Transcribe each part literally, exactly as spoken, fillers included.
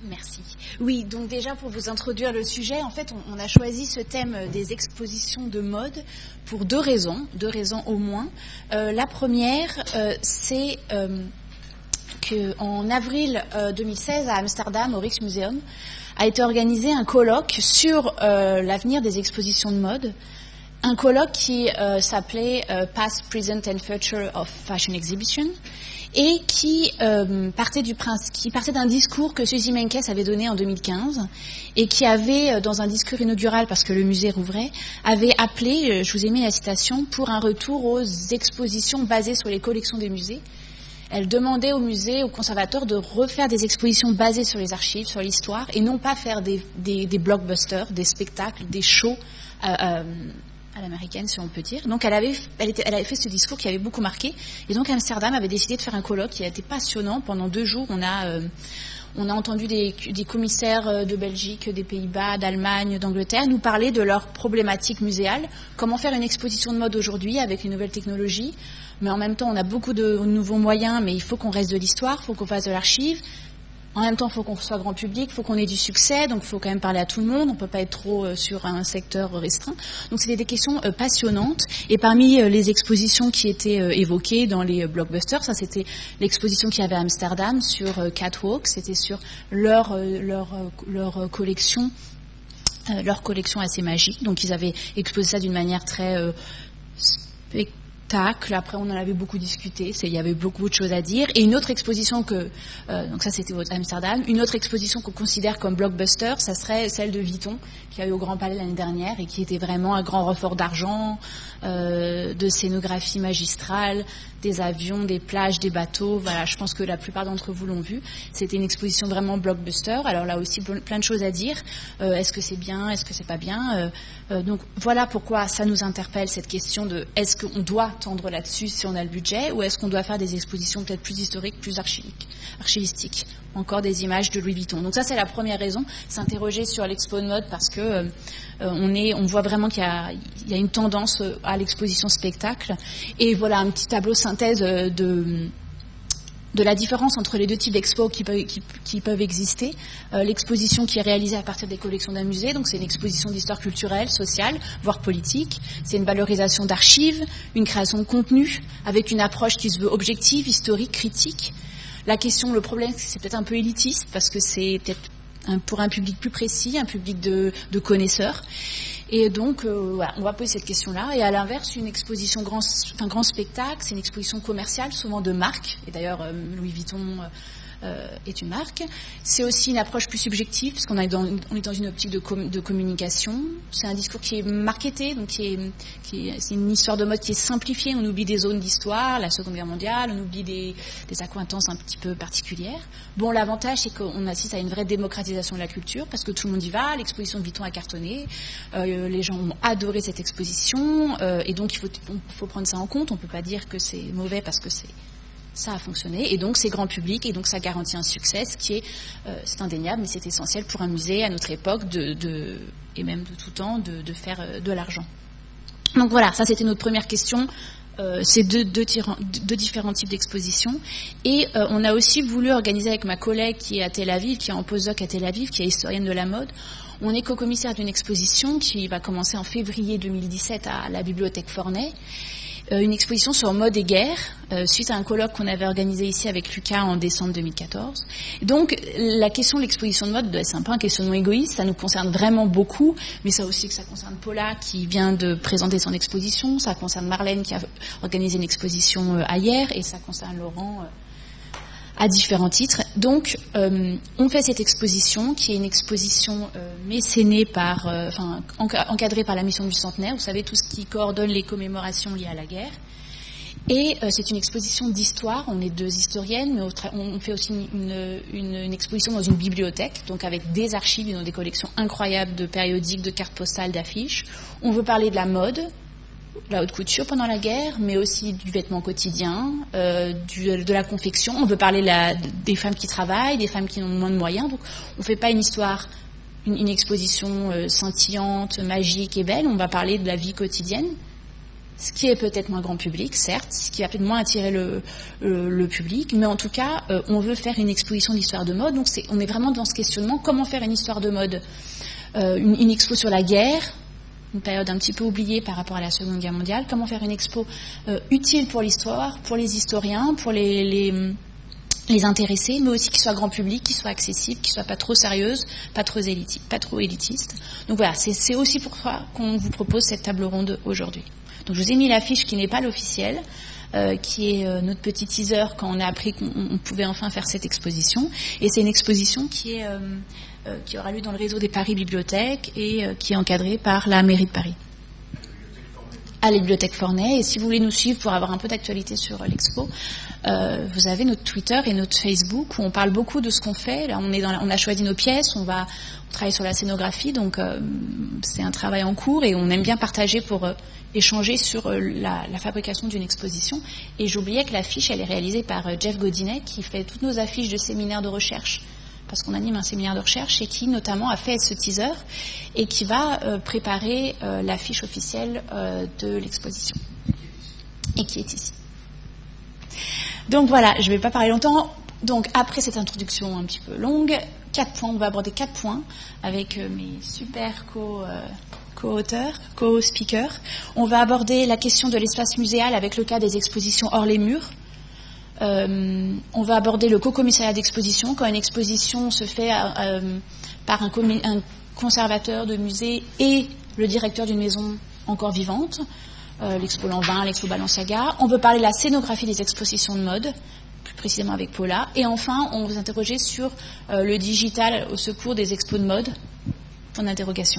Merci. Oui, donc déjà pour vous introduire le sujet, en fait, on, on a choisi ce thème des expositions de mode pour deux raisons, deux raisons au moins. Euh, la première, euh, c'est euh, qu'en avril euh, deux mille seize, à Amsterdam, au Rijksmuseum, a été organisé un colloque sur euh, l'avenir des expositions de mode. Un colloque qui euh, s'appelait euh, Past, Present and Future of Fashion Exhibition et qui euh, partait du prince, qui partait d'un discours que Suzy Menkes avait donné en deux mille quinze et qui avait, euh, dans un discours inaugural, parce que le musée rouvrait, avait appelé, euh, je vous ai mis la citation, pour un retour aux expositions basées sur les collections des musées. Elle demandait au musée, aux conservateurs, de refaire des expositions basées sur les archives, sur l'histoire, et non pas faire des, des, des blockbusters, des spectacles, des shows euh, euh, à l'américaine, si on peut dire. Donc elle avait, elle, était, elle avait fait ce discours qui avait beaucoup marqué. Et donc Amsterdam avait décidé de faire un colloque qui a été passionnant. Pendant deux jours, on a, euh, on a entendu des, des commissaires de Belgique, des Pays-Bas, d'Allemagne, d'Angleterre nous parler de leurs problématiques muséales. Comment faire une exposition de mode aujourd'hui avec les nouvelles technologies. Mais en même temps, on a beaucoup de nouveaux moyens, mais il faut qu'on reste de l'histoire, il faut qu'on fasse de l'archive. En même temps, il faut qu'on soit grand public, il faut qu'on ait du succès, donc il faut quand même parler à tout le monde, on ne peut pas être trop euh, sur un secteur restreint. Donc c'était des questions euh, passionnantes. Et parmi euh, les expositions qui étaient euh, évoquées dans les euh, blockbusters, ça c'était l'exposition qu'il y avait à Amsterdam sur euh, Catwalk, c'était sur leur, euh, leur, euh, leur euh, collection, euh, leur collection assez magique. Donc ils avaient exposé ça d'une manière très euh, spectaculaire. Tacle. Après, on en avait beaucoup discuté. C'est, il y avait beaucoup de choses à dire. Et une autre exposition que, euh, donc ça c'était à Amsterdam, une autre exposition qu'on considère comme blockbuster, ça serait celle de Vuitton, qui a eu au Grand Palais l'année dernière et qui était vraiment un grand renfort d'argent, euh, de scénographie magistrale, des avions, des plages, des bateaux. Voilà, je pense que la plupart d'entre vous l'ont vu. C'était une exposition vraiment blockbuster. Alors là aussi, plein de choses à dire. Euh, est-ce que c'est bien, est-ce que c'est pas bien euh, euh, Donc voilà pourquoi ça nous interpelle cette question de est-ce qu'on doit tendre là-dessus si on a le budget, ou est-ce qu'on doit faire des expositions peut-être plus historiques, plus archiviques, archivistiques, encore des images de Louis Vuitton. Donc ça c'est la première raison, s'interroger sur l'expo de mode parce que euh, on est, on voit vraiment qu'il y a, il y a une tendance à l'exposition spectacle. Et voilà un petit tableau synthèse de de la différence entre les deux types d'expos qui peuvent, qui, qui peuvent exister. Euh, l'exposition qui est réalisée à partir des collections d'un musée, donc c'est une exposition d'histoire culturelle, sociale, voire politique. C'est une valorisation d'archives, une création de contenu, avec une approche qui se veut objective, historique, critique. La question, le problème, c'est que c'est peut-être un peu élitiste, parce que c'est peut-être un, pour un public plus précis, un public de, de connaisseurs. Et donc, euh, voilà, on va poser cette question-là. Et à l'inverse, une exposition grand, enfin, grand spectacle, c'est une exposition commerciale, souvent de marque. Et d'ailleurs, euh, Louis Vuitton euh, est une marque. C'est aussi une approche plus subjective, parce qu'on est dans, on est dans une optique de, com- de communication. C'est un discours qui est marketé, donc qui est, qui est, c'est une histoire de mode qui est simplifiée. On oublie des zones d'histoire, la Seconde Guerre mondiale, on oublie des, des accointances un petit peu particulières. Bon, l'avantage, c'est qu'on assiste à une vraie démocratisation de la culture, parce que tout le monde y va. L'exposition de Vuitton a cartonné. Euh, les gens ont adoré cette exposition, euh, et donc il faut, faut prendre ça en compte. On ne peut pas dire que c'est mauvais parce que c'est, ça a fonctionné, et donc c'est grand public, et donc ça garantit un succès, ce qui est, euh, c'est indéniable, mais c'est essentiel pour un musée à notre époque, de, de, et même de tout temps, de, de faire euh, de l'argent. Donc voilà, ça c'était notre première question. Euh, c'est deux, deux, tyran, deux différents types d'expositions. Et euh, on a aussi voulu organiser avec ma collègue qui est à Tel Aviv, qui est en postdoc à Tel Aviv, qui est historienne de la mode. On est co-commissaire d'une exposition qui va commencer en février deux mille dix-sept à la bibliothèque Forney. Euh, une exposition sur mode et guerre, euh, suite à un colloque qu'on avait organisé ici avec Lucas en décembre deux mille quatorze. Donc la question de l'exposition de mode, c'est un peu un questionnement égoïste, ça nous concerne vraiment beaucoup, mais ça aussi que ça concerne Paula qui vient de présenter son exposition, ça concerne Marlène qui a organisé une exposition euh, ailleurs, et ça concerne Laurent euh, à différents titres. Donc, euh, on fait cette exposition, qui est une exposition euh, mécénée par, euh, enfin, encadrée par la mission du centenaire. Vous savez, tout ce qui coordonne les commémorations liées à la guerre. Et euh, c'est une exposition d'histoire. On est deux historiennes, mais on fait aussi une, une, une exposition dans une bibliothèque, donc avec des archives, ils ont des collections incroyables de périodiques, de cartes postales, d'affiches. On veut parler de la mode, la haute couture pendant la guerre, mais aussi du vêtement quotidien, euh, du, de la confection. On veut parler la, des femmes qui travaillent, des femmes qui ont moins de moyens. Donc, on ne fait pas une histoire, une, une exposition euh, scintillante, magique et belle. On va parler de la vie quotidienne. ce qui est peut-être moins grand public, certes, ce qui va peut-être moins attirer le, le, le public, mais en tout cas, euh, on veut faire une exposition d'histoire de mode, donc c'est, on est vraiment dans ce questionnement, comment faire une histoire de mode, euh, une, une expo sur la guerre, une période un petit peu oubliée par rapport à la Seconde Guerre mondiale, comment faire une expo euh, utile pour l'histoire, pour les historiens, pour les, les, les intéressés, mais aussi qui soit grand public, qui soit accessible, qui soit pas trop sérieuse, pas trop élitiste. Pas trop élitiste. Donc voilà, c'est, c'est aussi pour ça qu'on vous propose cette table ronde aujourd'hui. Donc je vous ai mis l'affiche qui n'est pas l'officielle, euh, qui est euh, notre petit teaser quand on a appris qu'on on pouvait enfin faire cette exposition. Et c'est une exposition qui est euh, euh, qui aura lieu dans le réseau des Paris Bibliothèques et euh, qui est encadrée par la mairie de Paris. À la bibliothèque Forney. Et si vous voulez nous suivre pour avoir un peu d'actualité sur euh, l'expo, euh, vous avez notre Twitter et notre Facebook où on parle beaucoup de ce qu'on fait. Là, on est dans la, on a choisi nos pièces, on va on travaille sur la scénographie, donc euh, c'est un travail en cours et on aime bien partager pour euh, échanger sur euh, la, la fabrication d'une exposition. Et j'oubliais que l'affiche, elle est réalisée par euh, Jeff Godinet qui fait toutes nos affiches de séminaires de recherche, parce qu'on anime un séminaire de recherche et qui notamment a fait ce teaser et qui va euh, préparer euh, l'affiche officielle euh, de l'exposition et qui est ici. Donc voilà, je ne vais pas parler longtemps. Donc après cette introduction un petit peu longue, quatre points, on va aborder quatre points avec euh, mes super co, euh, co-auteurs, co-speakers. On va aborder la question de l'espace muséal avec le cas des expositions hors les murs. Euh, on va aborder le co-commissariat d'exposition, quand une exposition se fait euh, par un, commi- un conservateur de musée et le directeur d'une maison encore vivante, euh, l'expo Lanvin, l'expo Balenciaga. On veut parler de la scénographie des expositions de mode, plus précisément avec Paula. Et enfin, on va vous interroger sur euh, le digital au secours des expos de mode, en interrogation.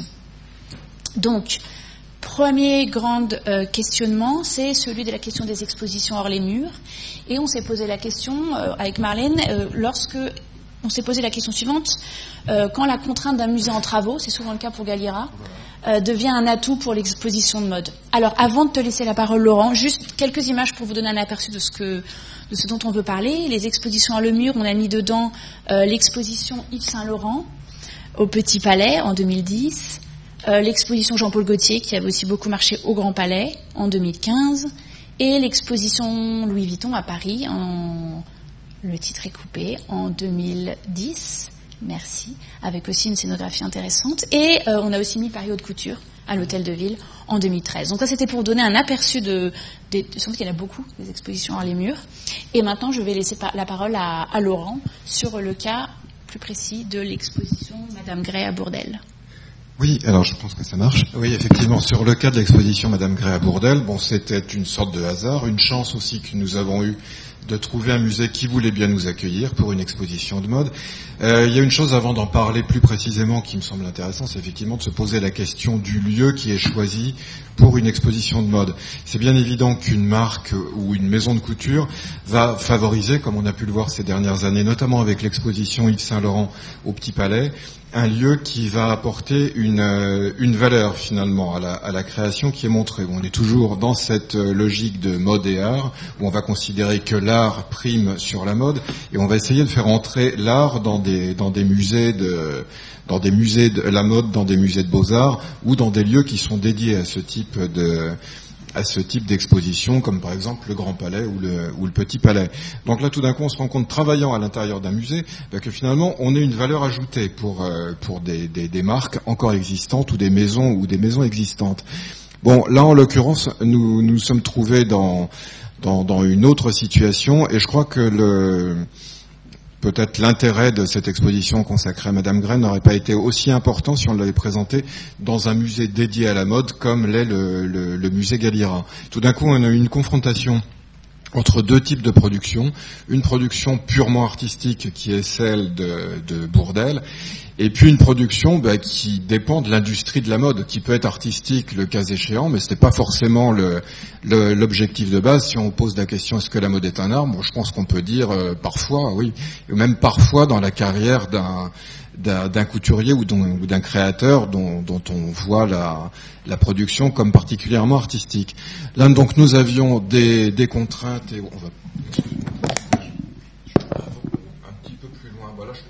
Donc, premier grand euh, questionnement, c'est celui de la question des expositions hors les murs. Et on s'est posé la question, euh, avec Marlène, euh, lorsque on s'est posé la question suivante, euh, quand la contrainte d'un musée en travaux, c'est souvent le cas pour Galliera, euh, devient un atout pour l'exposition de mode. Alors, avant de te laisser la parole, Laurent, juste quelques images pour vous donner un aperçu de ce, que, de ce dont on veut parler. Les expositions hors le mur, on a mis dedans euh, l'exposition Yves Saint Laurent au Petit Palais en deux mille dix, Euh, l'exposition Jean-Paul Gaultier, qui avait aussi beaucoup marché au Grand Palais en deux mille quinze, et l'exposition Louis Vuitton à Paris, en... le titre est coupé, en deux mille dix, merci, avec aussi une scénographie intéressante. Et euh, on a aussi mis Paris Haute Couture à l'Hôtel de Ville en deux mille treize. Donc ça, c'était pour donner un aperçu de... de sans doute qu'il y en a beaucoup, des expositions hors les murs. Et maintenant, je vais laisser la parole à, à Laurent sur le cas plus précis de l'exposition Madame Gray à Bourdelle. Oui, alors je pense que ça marche. Oui, effectivement, sur le cas de l'exposition Madame Gray à Bourdelle, bon, c'était une sorte de hasard, une chance aussi que nous avons eue de trouver un musée qui voulait bien nous accueillir pour une exposition de mode. Euh, il y a une chose avant d'en parler plus précisément qui me semble intéressant, c'est effectivement de se poser la question du lieu qui est choisi pour une exposition de mode. C'est bien évident qu'une marque ou une maison de couture va favoriser, comme on a pu le voir ces dernières années, notamment avec l'exposition Yves Saint Laurent au Petit Palais, un lieu qui va apporter une, euh, une valeur finalement à la, à la création qui est montrée. On est toujours dans cette euh, logique de mode et art, où on va considérer que l'art prime sur la mode, et on va essayer de faire entrer l'art dans des, dans des musées de, dans des musées de la mode, dans des musées de beaux-arts, ou dans des lieux qui sont dédiés à ce type de à ce type d'exposition, comme par exemple le Grand Palais ou le, ou le Petit Palais. Donc là, tout d'un coup, on se rend compte, travaillant à l'intérieur d'un musée, bah, que finalement, on a une valeur ajoutée pour, euh, pour des, des, des marques encore existantes ou des maisons ou des maisons existantes. Bon, là, en l'occurrence, nous nous sommes trouvés dans, dans, dans une autre situation, et je crois que le... peut-être l'intérêt de cette exposition consacrée à Madame Gray n'aurait pas été aussi important si on l'avait présentée dans un musée dédié à la mode comme l'est le, le, le musée Galliera. Tout d'un coup, on a eu une confrontation entre deux types de production, une production purement artistique qui est celle de, de Bourdelle, et puis une production bah, qui dépend de l'industrie de la mode, qui peut être artistique le cas échéant, mais ce n'est pas forcément le, le, l'objectif de base. Si on pose la question est-ce que la mode est un art, bon, je pense qu'on peut dire euh, parfois, oui, et même parfois dans la carrière d'un, d'un, d'un couturier ou d'un, ou d'un créateur dont, dont on voit la, la production comme particulièrement artistique. Là, donc, nous avions des, des contraintes, et on va...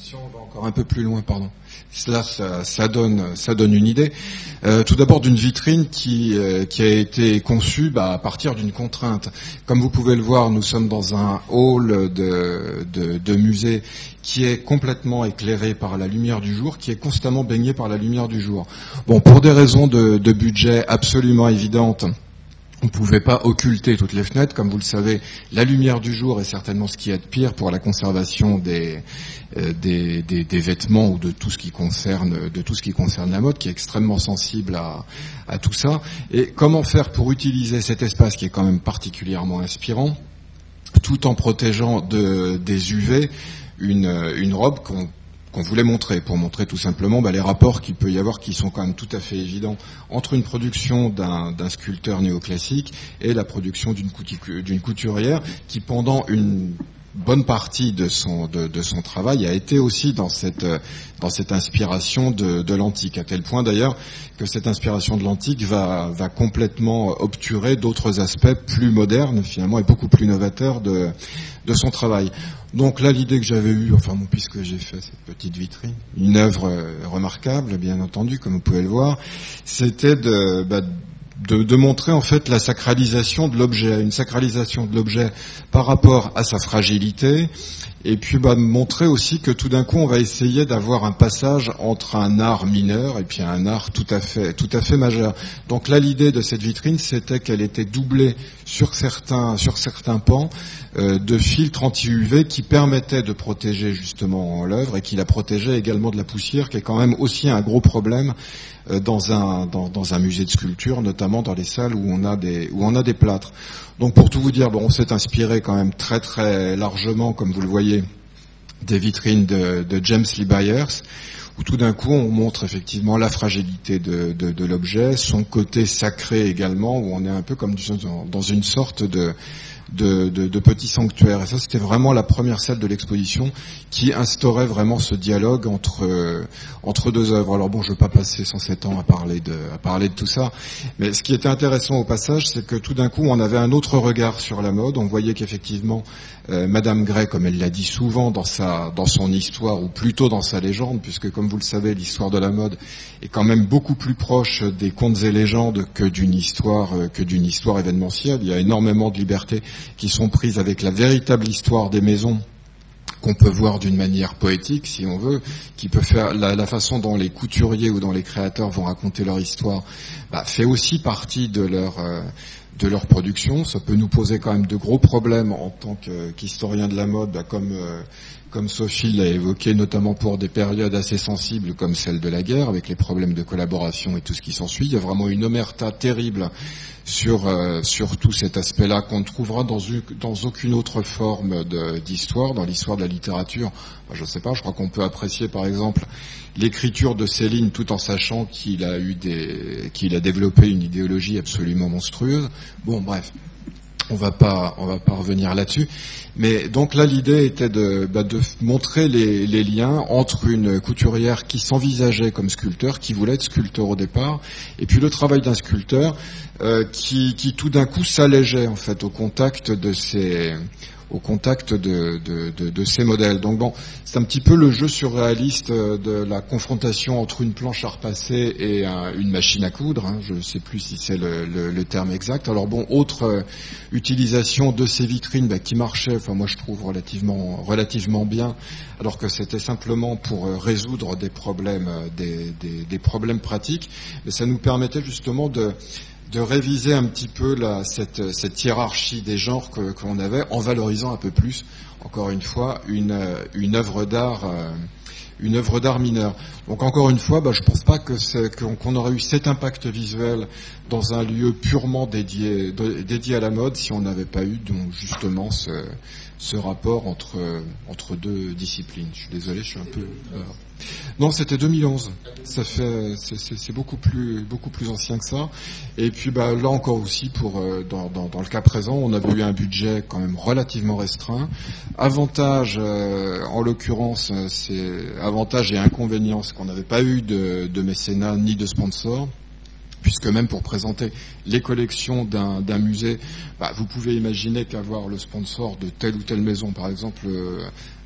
Si on va encore un peu plus loin, pardon. Là, ça, ça donne, ça donne une idée. Euh, tout d'abord d'une vitrine qui, euh, qui a été conçue bah, à partir d'une contrainte. Comme vous pouvez le voir, nous sommes dans un hall de, de, de musée qui est complètement éclairé par la lumière du jour, qui est constamment baigné par la lumière du jour. Bon, pour des raisons de, de budget absolument évidentes, on ne pouvait pas occulter toutes les fenêtres. Comme vous le savez, la lumière du jour est certainement ce qui est de pire pour la conservation des, euh, des, des, des vêtements ou de tout ce qui concerne, de tout ce qui concerne la mode, qui est extrêmement sensible à, à tout ça. Et comment faire pour utiliser cet espace qui est quand même particulièrement inspirant, tout en protégeant de, des U V une, une robe qu'on qu'on voulait montrer, pour montrer tout simplement bah, les rapports qu'il peut y avoir qui sont quand même tout à fait évidents entre une production d'un, d'un sculpteur néoclassique et la production d'une, coutu- d'une couturière qui, pendant une bonne partie de son, de, de son travail, a été aussi dans cette, dans cette inspiration de, de l'antique, à tel point d'ailleurs que cette inspiration de l'antique va, va complètement obturer d'autres aspects plus modernes, finalement, et beaucoup plus novateurs de, de son travail. Donc là, l'idée que j'avais eue, enfin bon, puisque j'ai fait cette petite vitrine, une œuvre remarquable, bien entendu, comme vous pouvez le voir, c'était de, bah, de, de montrer en fait la sacralisation de l'objet, une sacralisation de l'objet par rapport à sa fragilité, et puis bah, montrer aussi que tout d'un coup on va essayer d'avoir un passage entre un art mineur et puis un art tout à fait tout à fait majeur. Donc là, l'idée de cette vitrine, c'était qu'elle était doublée sur certains sur certains pans euh, de filtres anti-U V qui permettaient de protéger justement l'œuvre et qui la protégeaient également de la poussière, qui est quand même aussi un gros problème euh, dans un dans, dans un musée de sculpture, notamment dans les salles où on a des où on a des plâtres. Donc pour tout vous dire, bon, on s'est inspiré quand même très très largement, comme vous le voyez, des vitrines de, de James Lee Byers, où tout d'un coup on montre effectivement la fragilité de, de, de l'objet, son côté sacré également, où on est un peu comme dans, dans une sorte de De, de, de petits sanctuaires. Et ça, c'était vraiment la première salle de l'exposition qui instaurait vraiment ce dialogue entre euh, entre deux œuvres. Alors bon, je ne vais pas passer cent sept ans à parler de à parler de tout ça, mais ce qui était intéressant au passage, c'est que tout d'un coup, on avait un autre regard sur la mode. On voyait qu'effectivement, euh, Madame Gray, comme elle l'a dit souvent dans sa dans son histoire, ou plutôt dans sa légende, puisque comme vous le savez, l'histoire de la mode est quand même beaucoup plus proche des contes et légendes que d'une histoire euh, que d'une histoire événementielle. Il y a énormément de liberté qui sont prises avec la véritable histoire des maisons, qu'on peut voir d'une manière poétique, si on veut, qui peut faire la, la façon dont les couturiers ou dont les créateurs vont raconter leur histoire, bah, fait aussi partie de leur euh, de leur production. Ça peut nous poser quand même de gros problèmes en tant que, qu'historien de la mode, bah, comme euh, comme Sophie l'a évoqué, notamment pour des périodes assez sensibles comme celle de la guerre, avec les problèmes de collaboration et tout ce qui s'ensuit. Il y a vraiment une omerta terrible sur euh, sur tout cet aspect-là qu'on ne trouvera dans, une, dans aucune autre forme de, d'histoire, dans l'histoire de la littérature. Enfin, je ne sais pas, je crois qu'on peut apprécier par exemple l'écriture de Céline tout en sachant qu'il a eu des qu'il a développé une idéologie absolument monstrueuse. Bon, bref. On va pas, on va pas revenir là-dessus. Mais donc là, l'idée était de, bah, de montrer les, les liens entre une couturière qui s'envisageait comme sculpteur, qui voulait être sculpteur au départ, et puis le travail d'un sculpteur euh, qui, qui tout d'un coup s'allégeait en fait au contact de ces au contact de, de, de, de ces modèles. Donc bon, c'est un petit peu le jeu surréaliste de la confrontation entre une planche à repasser et un, une machine à coudre. Hein. Je ne sais plus si c'est le, le, le terme exact. Alors bon, autre euh, utilisation de ces vitrines bah, qui marchaient, enfin moi je trouve relativement relativement bien, alors que c'était simplement pour euh, résoudre des problèmes, euh, des, des, des problèmes pratiques. Mais ça nous permettait justement de de réviser un petit peu la, cette, cette hiérarchie des genres que, qu'on avait, en valorisant un peu plus, encore une fois, une, une œuvre d'art, euh, une œuvre d'art mineure. Donc encore une fois, bah, je pense pas que c'est, qu'on, qu'on aurait eu cet impact visuel dans un lieu purement dédié, dédié à la mode si on n'avait pas eu donc justement ce, ce rapport entre, entre deux disciplines. Je suis désolé, je suis un peu. Euh... Non, c'était deux mille onze. Ça fait, c'est, c'est, c'est beaucoup plus, beaucoup plus ancien que ça. Et puis, bah, là encore aussi, pour euh, dans, dans, dans le cas présent, on avait eu un budget quand même relativement restreint. Avantage, euh, en l'occurrence, c'est avantage et inconvénient, c'est qu'on n'avait pas eu de, de mécénat ni de sponsor. Puisque même pour présenter les collections d'un, d'un musée, bah, vous pouvez imaginer qu'avoir le sponsor de telle ou telle maison, par exemple, euh,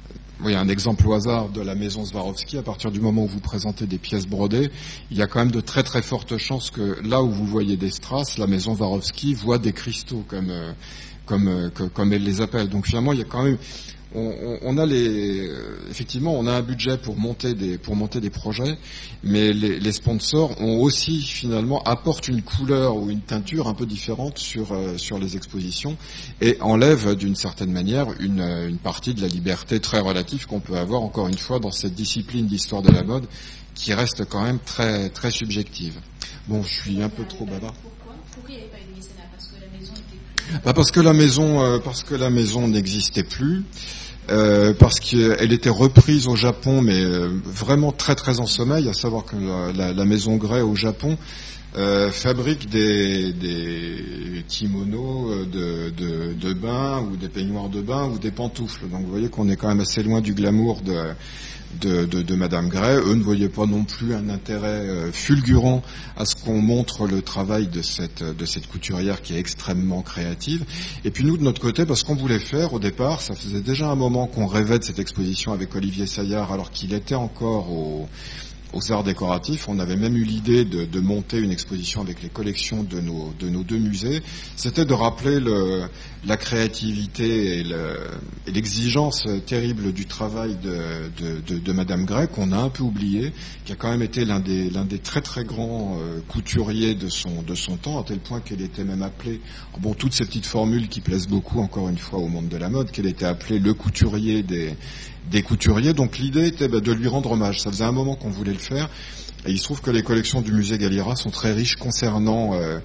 oui, un exemple au hasard de la maison Swarovski. À partir du moment où vous présentez des pièces brodées, il y a quand même de très très fortes chances que là où vous voyez des strass, la maison Swarovski voit des cristaux comme euh, comme euh, comme elle les appelle. Donc finalement, il y a quand même On, on a les, effectivement, on a un budget pour monter des, pour monter des projets, mais les, les sponsors ont aussi finalement apportent une couleur ou une teinture un peu différente sur euh, sur les expositions et enlèvent d'une certaine manière une, une partie de la liberté très relative qu'on peut avoir encore une fois dans cette discipline d'histoire de la mode qui reste quand même très très subjective. Bon, je suis un peu trop bavard. Pourquoi il n'y avait pas eu de mécénat? Parce que la maison était plus... Bah parce que la maison, euh, parce que la maison n'existait plus. Euh, parce qu'elle était reprise au Japon, mais euh, vraiment très très en sommeil, à savoir que la, la, la maison Gray au Japon euh, fabrique des, des kimonos de, de, de bain ou des peignoirs de bain ou des pantoufles. Donc vous voyez qu'on est quand même assez loin du glamour de De, de, de Madame Gray. Eux ne voyaient pas non plus un intérêt euh, fulgurant à ce qu'on montre le travail de cette, de cette couturière qui est extrêmement créative. Et puis nous, de notre côté, parce qu'on voulait faire, au départ, ça faisait déjà un moment qu'on rêvait de cette exposition avec Olivier Saillard, alors qu'il était encore au... aux arts décoratifs. On avait même eu l'idée de, de monter une exposition avec les collections de nos, de nos deux musées. C'était de rappeler le, la créativité et, le, et l'exigence terrible du travail de, de, de, de Madame Gray, qu'on a un peu oublié, qui a quand même été l'un des, l'un des très très grands euh, couturiers de son, de son temps, à tel point qu'elle était même appelée, bon, toutes ces petites formules qui plaisent beaucoup encore une fois au monde de la mode, qu'elle était appelée le couturier des des couturiers. Donc l'idée était bah, de lui rendre hommage. Ça faisait un moment qu'on voulait le faire. Et il se trouve que les collections du musée Galliera sont très riches concernant euh,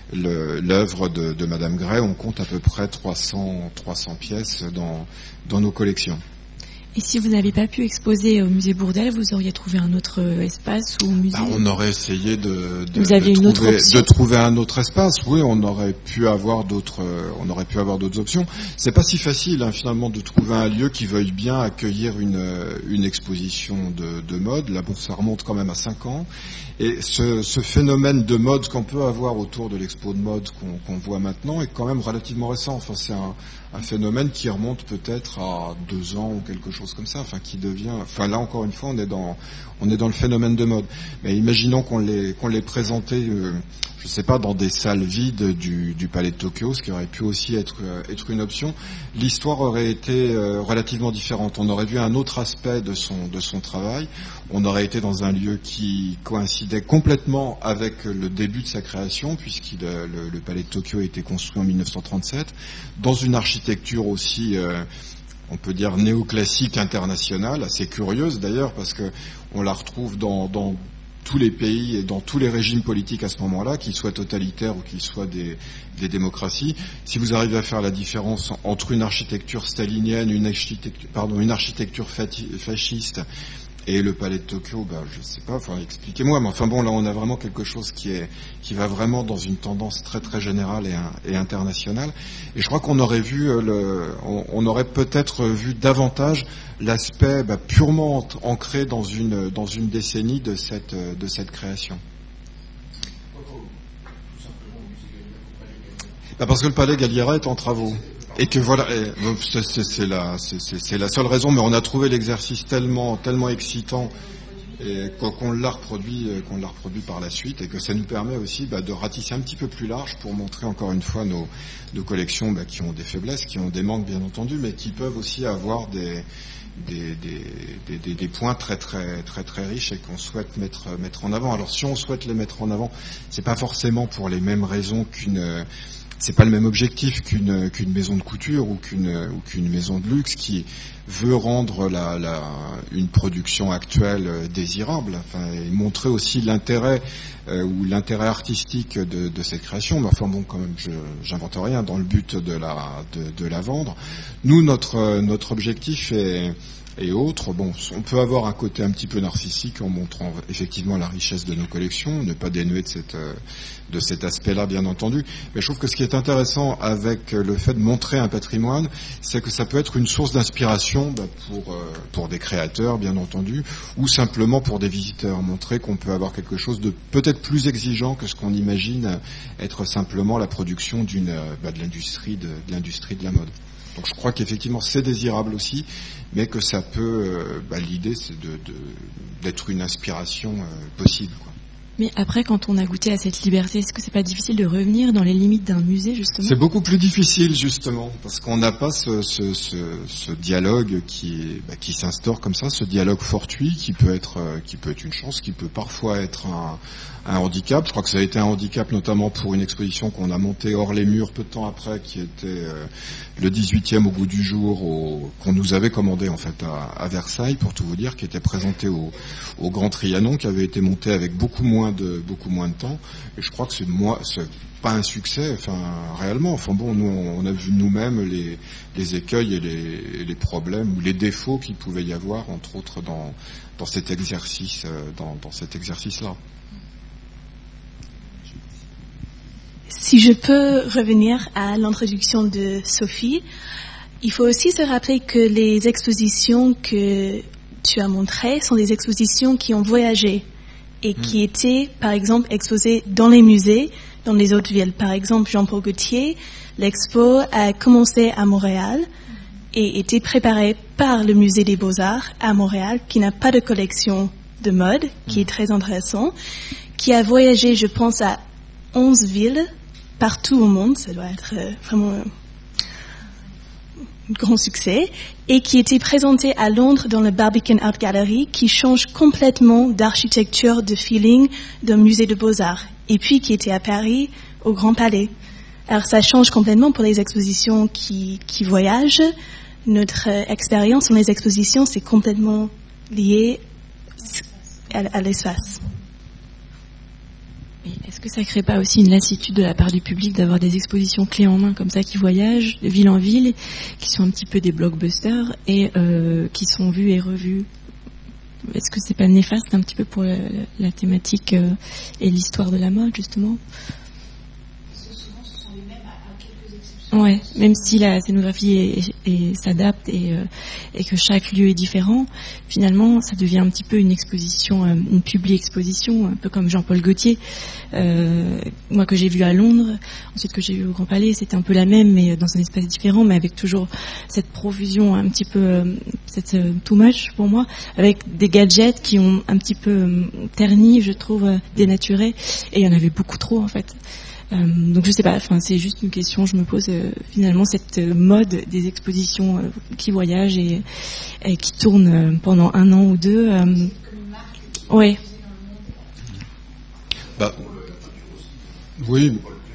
le, l'œuvre de, de Madame Gray. On compte à peu près trois cents, trois cents pièces dans, dans nos collections. Et si vous n'avez pas pu exposer au musée Bourdelle, vous auriez trouvé un autre espace ou musée? Bah, on aurait essayé de, de, vous avez de, une trouver, autre de trouver un autre espace. Oui, on aurait pu avoir d'autres, on aurait pu avoir d'autres options. C'est pas si facile hein, finalement de trouver un lieu qui veuille bien accueillir une, une exposition de, de mode. Là, bon, ça remonte quand même à cinq ans. Et ce, ce phénomène de mode qu'on peut avoir autour de l'expo de mode qu'on, qu'on voit maintenant est quand même relativement récent. Enfin, c'est un, un phénomène qui remonte peut-être à deux ans ou quelque chose comme ça. Enfin, qui devient. Enfin, là encore une fois, on est dans, on est dans le phénomène de mode. Mais imaginons qu'on l'ait, qu'on l'ait présenté, euh, je sais pas, dans des salles vides du, du Palais de Tokyo, ce qui aurait pu aussi être, euh, être une option. L'histoire aurait été euh, relativement différente. On aurait vu un autre aspect de son, de son travail. On aurait été dans un lieu qui coïncidait complètement avec le début de sa création, puisque le, le, le Palais de Tokyo a été construit en mille neuf cent trente-sept, dans une architecture aussi, euh, on peut dire, néoclassique internationale, assez curieuse d'ailleurs, parce que on la retrouve dans, dans tous les pays et dans tous les régimes politiques à ce moment-là, qu'ils soient totalitaires ou qu'ils soient des, des démocraties. Si vous arrivez à faire la différence entre une architecture stalinienne, une architecture, pardon, une architecture fasciste et le Palais de Tokyo, ben, je sais pas, enfin, expliquez-moi, mais enfin bon, là, on a vraiment quelque chose qui est, qui va vraiment dans une tendance très, très générale et, et internationale. Et je crois qu'on aurait vu le, on, on aurait peut-être vu davantage l'aspect, ben, purement ancré dans une, dans une décennie de cette, de cette création. Ben, parce que le Palais Galliera est en travaux. Et que voilà, et, c'est, c'est, c'est, la, c'est, c'est, c'est la seule raison, mais on a trouvé l'exercice tellement, tellement excitant et qu'on, qu'on l'a reproduit, qu'on l'a reproduit par la suite, et que ça nous permet aussi bah, de ratisser un petit peu plus large pour montrer encore une fois nos, nos collections bah, qui ont des faiblesses, qui ont des manques bien entendu, mais qui peuvent aussi avoir des, des, des, des, des points très très très très riches et qu'on souhaite mettre mettre en avant. Alors si on souhaite les mettre en avant, c'est pas forcément pour les mêmes raisons qu'une C'est pas le même objectif qu'une qu'une maison de couture ou qu'une ou qu'une maison de luxe qui veut rendre la, la une production actuelle désirable, enfin et montrer aussi l'intérêt euh, ou l'intérêt artistique de, de cette création. Mais enfin bon, quand même, je j'invente rien dans le but de la de, de la vendre. Nous, notre notre objectif est et autres. Bon, on peut avoir un côté un petit peu narcissique en montrant effectivement la richesse de nos collections, ne pas dénuer de cette de cet aspect-là, bien entendu. Mais je trouve que ce qui est intéressant avec le fait de montrer un patrimoine, c'est que ça peut être une source d'inspiration bah, pour euh, pour des créateurs, bien entendu, ou simplement pour des visiteurs. Montrer qu'on peut avoir quelque chose de peut-être plus exigeant que ce qu'on imagine être simplement la production d'une bah, de l'industrie de, de l'industrie de la mode. Donc je crois qu'effectivement c'est désirable aussi, mais que ça peut, euh, bah, l'idée c'est de, de, d'être une inspiration euh, possible, quoi. Mais après, quand on a goûté à cette liberté, est-ce que c'est pas difficile de revenir dans les limites d'un musée, justement ? C'est beaucoup plus difficile, justement, parce qu'on n'a pas ce, ce, ce, ce dialogue qui, est, bah, qui s'instaure comme ça, ce dialogue fortuit qui peut être, euh, qui peut être une chance, qui peut parfois être un, un handicap. Je crois que ça a été un handicap, notamment pour une exposition qu'on a montée hors les murs peu de temps après, qui était euh, le dix-huitième au goût du jour, au, qu'on nous avait commandé en fait à, à Versailles, pour tout vous dire, qui était présenté au, au Grand Trianon, qui avait été monté avec beaucoup moins de beaucoup moins de temps, et je crois que c'est moi c'est pas un succès, enfin réellement, enfin bon, nous on a vu nous-mêmes les les écueils et les, et les problèmes ou les défauts qu'il pouvait y avoir, entre autres dans dans cet exercice dans dans cet exercice-là. Si je peux revenir à l'introduction de Sophie, il faut aussi se rappeler que les expositions que tu as montrées sont des expositions qui ont voyagé et qui étaient, par exemple, exposées dans les musées, dans les autres villes. Par exemple, Jean-Paul Gaultier, l'expo a commencé à Montréal et été préparée par le Musée des Beaux-Arts à Montréal, qui n'a pas de collection de mode, qui est très intéressant, qui a voyagé, je pense, à onze villes partout au monde. Ça doit être vraiment un grand succès, et qui était présenté à Londres dans le Barbican Art Gallery, qui change complètement d'architecture, de feeling d'un musée de beaux-arts, et puis qui était à Paris au Grand Palais. Alors ça change complètement pour les expositions qui, qui voyagent. Notre expérience dans les expositions, c'est complètement lié à, à l'espace. Mais est-ce que ça crée pas aussi une lassitude de la part du public d'avoir des expositions clés en main comme ça qui voyagent de ville en ville, qui sont un petit peu des blockbusters et euh, qui sont vus et revus? Est-ce que c'est pas néfaste un petit peu pour la, la thématique euh, et l'histoire de la mode, justement? Ouais, même si la scénographie est, est, s'adapte et, euh, et que chaque lieu est différent, finalement, ça devient un petit peu une exposition, euh, une publi-exposition, un peu comme Jean-Paul Gaultier, euh, moi que j'ai vu à Londres, ensuite que j'ai vu au Grand Palais, c'était un peu la même, mais dans un espace différent, mais avec toujours cette profusion un petit peu, euh, cette euh, too much pour moi, avec des gadgets qui ont un petit peu euh, terni, je trouve, euh, dénaturé, et il y en avait beaucoup trop en fait. Euh, donc je sais pas, enfin c'est juste une question, je me pose euh, finalement cette euh, mode des expositions euh, qui voyagent et, et qui tournent euh, pendant un an ou deux. Euh, ouais. Bah, oui.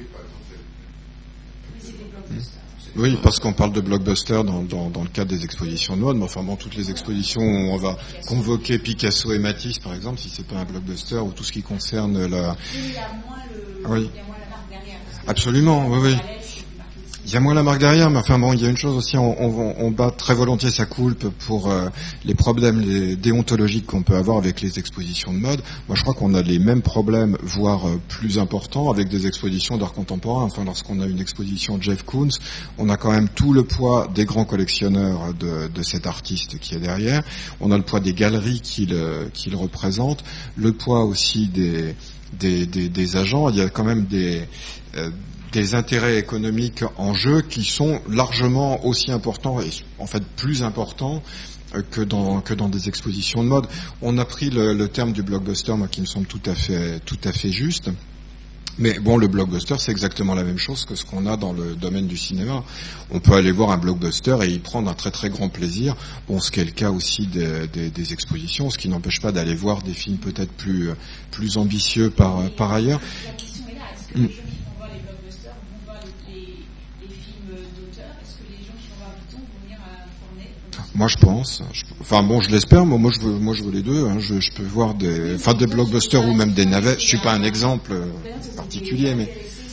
Oui, parce qu'on parle de blockbuster dans, dans, dans le cadre des expositions de mode, mais enfin bon, toutes les expositions où on va convoquer Picasso et Matisse, par exemple, si c'est pas un blockbuster, ou tout ce qui concerne la... Il y a moins le... Oui. Absolument, oui, oui. Il y a moins la marque derrière, mais enfin bon, il y a une chose aussi, on, on, on bat très volontiers sa coulpe pour euh, les problèmes les déontologiques qu'on peut avoir avec les expositions de mode. Moi, je crois qu'on a les mêmes problèmes, voire euh, plus importants, avec des expositions d'art contemporain. Enfin, lorsqu'on a une exposition de Jeff Koons, on a quand même tout le poids des grands collectionneurs de, de cet artiste qui est derrière. On a le poids des galeries qu'il qu'il représente, le poids aussi des Des, des, des agents. Il y a quand même des, euh, des intérêts économiques en jeu qui sont largement aussi importants et en fait plus importants euh, que dans que dans des expositions de mode. On a pris le, le terme du blockbuster, moi, qui me semble tout à fait tout à fait juste. Mais bon, le blockbuster, c'est exactement la même chose que ce qu'on a dans le domaine du cinéma. On peut aller voir un blockbuster et y prendre un très très grand plaisir. Bon, ce qui est le cas aussi des, des, des expositions, ce qui n'empêche pas d'aller voir des films peut-être plus plus ambitieux par par ailleurs. La question est là, est-ce que les gens qui vont voir les blockbusters vont voir les, les, les films d'auteur? Est-ce que les gens qui vont voir Vuitton vont venir à Fournay? Moi, je pense. Je, enfin bon, je l'espère. Moi, moi, je veux, moi, je veux les deux. Hein. Je, je peux voir des, enfin, des blockbusters ou même des navets. Je suis pas un exemple particulier, mais.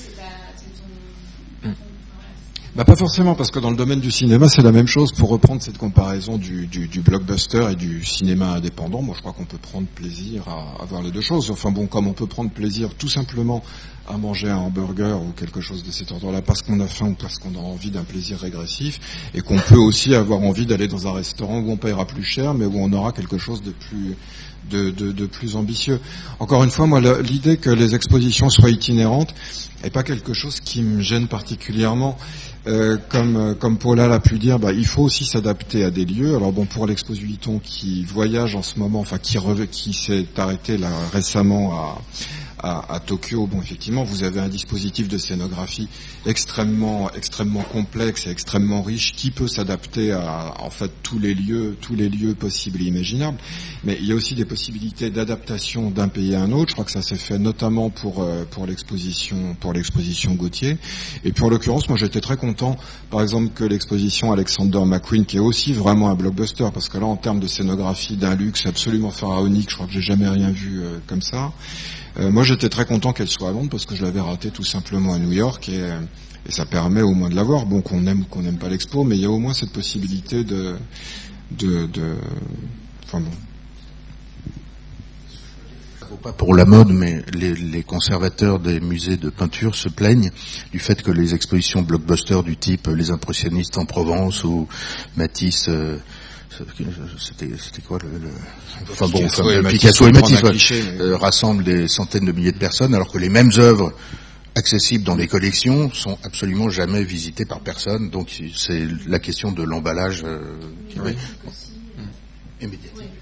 Bah pas forcément, parce que dans le domaine du cinéma, c'est la même chose. Pour reprendre cette comparaison du, du, du blockbuster et du cinéma indépendant, moi je crois qu'on peut prendre plaisir à, à voir les deux choses. Enfin bon, comme on peut prendre plaisir tout simplement à manger un hamburger ou quelque chose de cet ordre-là parce qu'on a faim ou parce qu'on a envie d'un plaisir régressif, et qu'on peut aussi avoir envie d'aller dans un restaurant où on paiera plus cher, mais où on aura quelque chose de plus de, de, de plus ambitieux. Encore une fois, moi, l'idée que les expositions soient itinérantes est pas quelque chose qui me gêne particulièrement. Euh, comme comme Paula l'a pu dire, bah, il faut aussi s'adapter à des lieux. Alors bon, pour l'Expo du Vuitton qui voyage en ce moment, enfin qui re, qui s'est arrêté là récemment à À, à Tokyo, bon, effectivement, vous avez un dispositif de scénographie extrêmement, extrêmement complexe et extrêmement riche qui peut s'adapter à, en fait, tous les lieux, tous les lieux possibles et imaginables. Mais il y a aussi des possibilités d'adaptation d'un pays à un autre. Je crois que ça s'est fait notamment pour euh, pour l'exposition, pour l'exposition Gautier. Et puis en l'occurrence, moi, j'étais très content, par exemple, que l'exposition Alexander McQueen, qui est aussi vraiment un blockbuster, parce que là, en termes de scénographie, d'un luxe absolument pharaonique, je crois que j'ai jamais rien vu euh, comme ça. Euh, moi, j'étais très content qu'elle soit à Londres parce que je l'avais ratée tout simplement à New York et, et ça permet au moins de la voir. Bon, qu'on aime ou qu'on n'aime pas l'expo, mais il y a au moins cette possibilité de, de, de, enfin bon. Ça vaut pas pour la mode, mais les, les conservateurs des musées de peinture se plaignent du fait que les expositions blockbusters du type les impressionnistes en Provence ou Matisse. Euh, C'était, c'était quoi le, le... Enfin bon, Picasso, enfin, et Picasso et Matisse, ouais, cliché, mais... euh, rassemblent des centaines de milliers de personnes, alors que les mêmes œuvres accessibles dans les collections sont absolument jamais visitées par personne. Donc c'est la question de l'emballage euh, qui oui. Bon. Mmh. Immédiatement. Oui.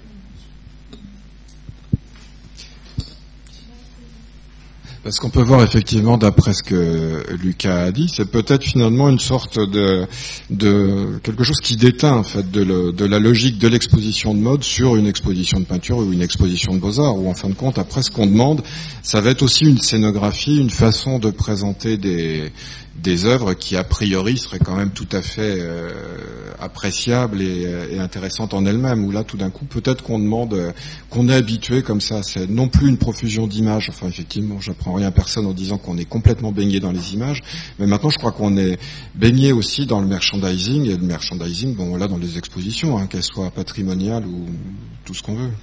Parce qu'on peut voir effectivement, d'après ce que Lucas a dit, c'est peut-être finalement une sorte de, de quelque chose qui déteint en fait de, le, de la logique de l'exposition de mode sur une exposition de peinture ou une exposition de beaux-arts, où en fin de compte, après ce qu'on demande, ça va être aussi une scénographie, une façon de présenter des, des œuvres qui a priori seraient quand même tout à fait euh, appréciables et, et intéressantes en elles-mêmes, où là tout d'un coup peut-être qu'on demande, euh, qu'on est habitué comme ça, c'est non plus une profusion d'images, enfin effectivement j'apprends rien à personne en disant qu'on est complètement baigné dans les images, mais maintenant je crois qu'on est baigné aussi dans le merchandising, et le merchandising, bon là dans les expositions, hein, qu'elles soient patrimoniales ou tout ce qu'on veut.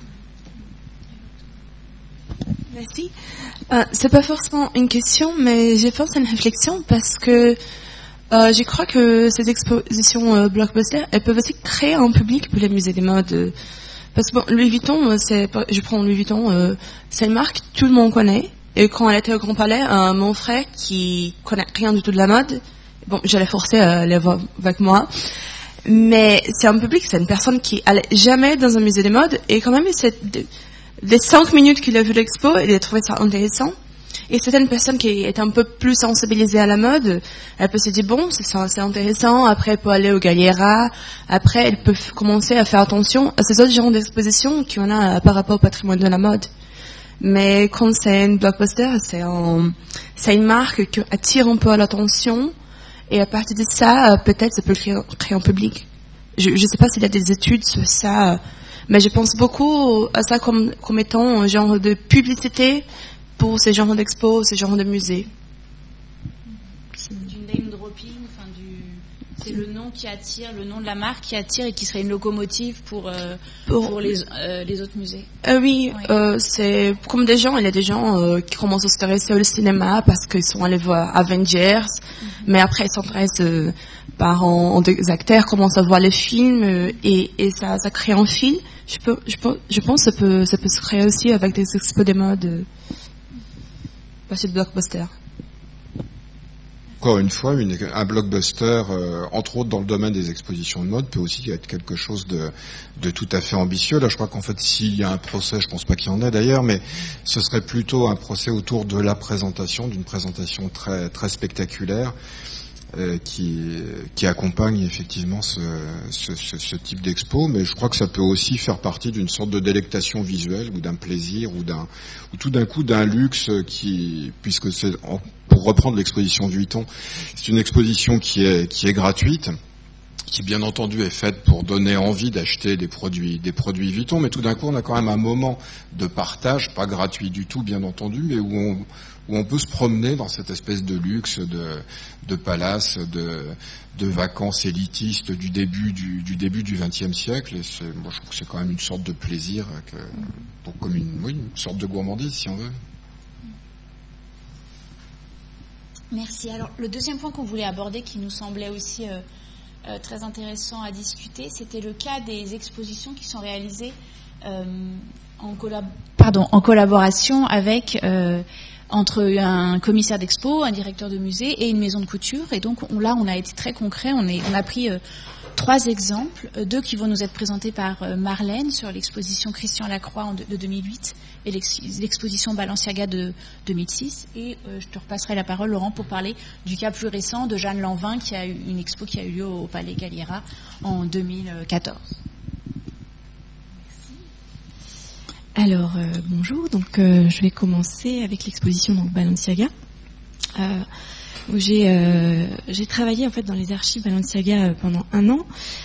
Merci. Euh, c'est pas forcément une question, mais j'ai pensé à une réflexion parce que euh, je crois que ces expositions euh, blockbusters, elles peuvent aussi créer un public pour les musées des modes. Euh, parce que bon, Louis Vuitton, c'est, je prends Louis Vuitton, euh, c'est une marque que tout le monde connaît. Et quand elle était au Grand Palais, euh, mon frère qui connaît rien du tout de la mode, bon, j'allais forcer à aller voir avec moi. Mais c'est un public, c'est une personne qui allait jamais dans un musée des modes et quand même c'est les cinq minutes qu'il a vu l'expo, il a trouvé ça intéressant. Et c'était une personne qui est un peu plus sensibilisée à la mode. Elle peut se dire, bon, c'est, c'est intéressant. Après, elle peut aller au Galliera. Après, elle peut f- commencer à faire attention à ces autres genres d'expositions qu'on a par rapport au patrimoine de la mode. Mais quand c'est une blockbuster, c'est, un, c'est une marque qui attire un peu l'attention. Et à partir de ça, peut-être ça peut créer, créer un public. Je ne sais pas s'il y a des études sur ça. Mais je pense beaucoup à ça comme, comme étant un genre de publicité pour ces genres d'expos, ces genres de musées. C'est du name dropping, enfin du... c'est le nom qui attire, le nom de la marque qui attire et qui serait une locomotive pour, euh, pour... pour les, euh, les autres musées. Euh, oui, oui. Euh, c'est comme des gens, il y a des gens euh, qui commencent à s'intéresser au cinéma parce qu'ils sont allés voir Avengers, mm-hmm. mais après ils s'intéressent euh, par en, en des acteurs, commencent à voir les films euh, et, et ça, ça crée un fil. Je, peux, je, peux, je pense que ça peut, ça peut se créer aussi avec des expos des modes. Euh, Pas de blockbuster. Encore une fois, une, un blockbuster, euh, entre autres dans le domaine des expositions de mode, peut aussi être quelque chose de, de tout à fait ambitieux. Là, je crois qu'en fait, s'il y a un procès, je pense pas qu'il y en ait d'ailleurs, mais ce serait plutôt un procès autour de la présentation, d'une présentation très, très spectaculaire, euh, qui, qui accompagne effectivement ce, ce, ce, ce type d'expo. Mais je crois que ça peut aussi faire partie d'une sorte de délectation visuelle ou d'un plaisir ou d'un, ou tout d'un coup d'un luxe qui, puisque c'est, en, pour reprendre l'exposition Vuitton, c'est une exposition qui est, qui est gratuite, qui bien entendu est faite pour donner envie d'acheter des produits, des produits Vuitton, mais tout d'un coup on a quand même un moment de partage, pas gratuit du tout bien entendu, mais où on, où on peut se promener dans cette espèce de luxe, de, de palace, de, de vacances élitistes du début du, du début du vingtième siècle. Et c'est, moi, je trouve que c'est quand même une sorte de plaisir, que, pour, comme une, oui, une sorte de gourmandise, si on veut. Merci. Alors, le deuxième point qu'on voulait aborder, qui nous semblait aussi euh, euh, très intéressant à discuter, c'était le cas des expositions qui sont réalisées euh, en, collab- pardon, en collaboration avec euh, entre un commissaire d'expo, un directeur de musée et une maison de couture. Et donc on, là, on a été très concret. On, est, on a pris euh, trois exemples, euh, deux qui vont nous être présentés par euh, Marlène sur l'exposition Christian Lacroix en de, de deux mille huit et l'ex, l'exposition Balenciaga de deux mille six. Et euh, je te repasserai la parole, Laurent, pour parler du cas plus récent de Jeanne Lanvin, qui a eu une expo qui a eu lieu au Palais Galliera en deux mille quatorze. Alors euh, bonjour, donc euh, je vais commencer avec l'exposition donc Balenciaga. Euh, où j'ai euh, j'ai travaillé en fait dans les archives Balenciaga pendant un an,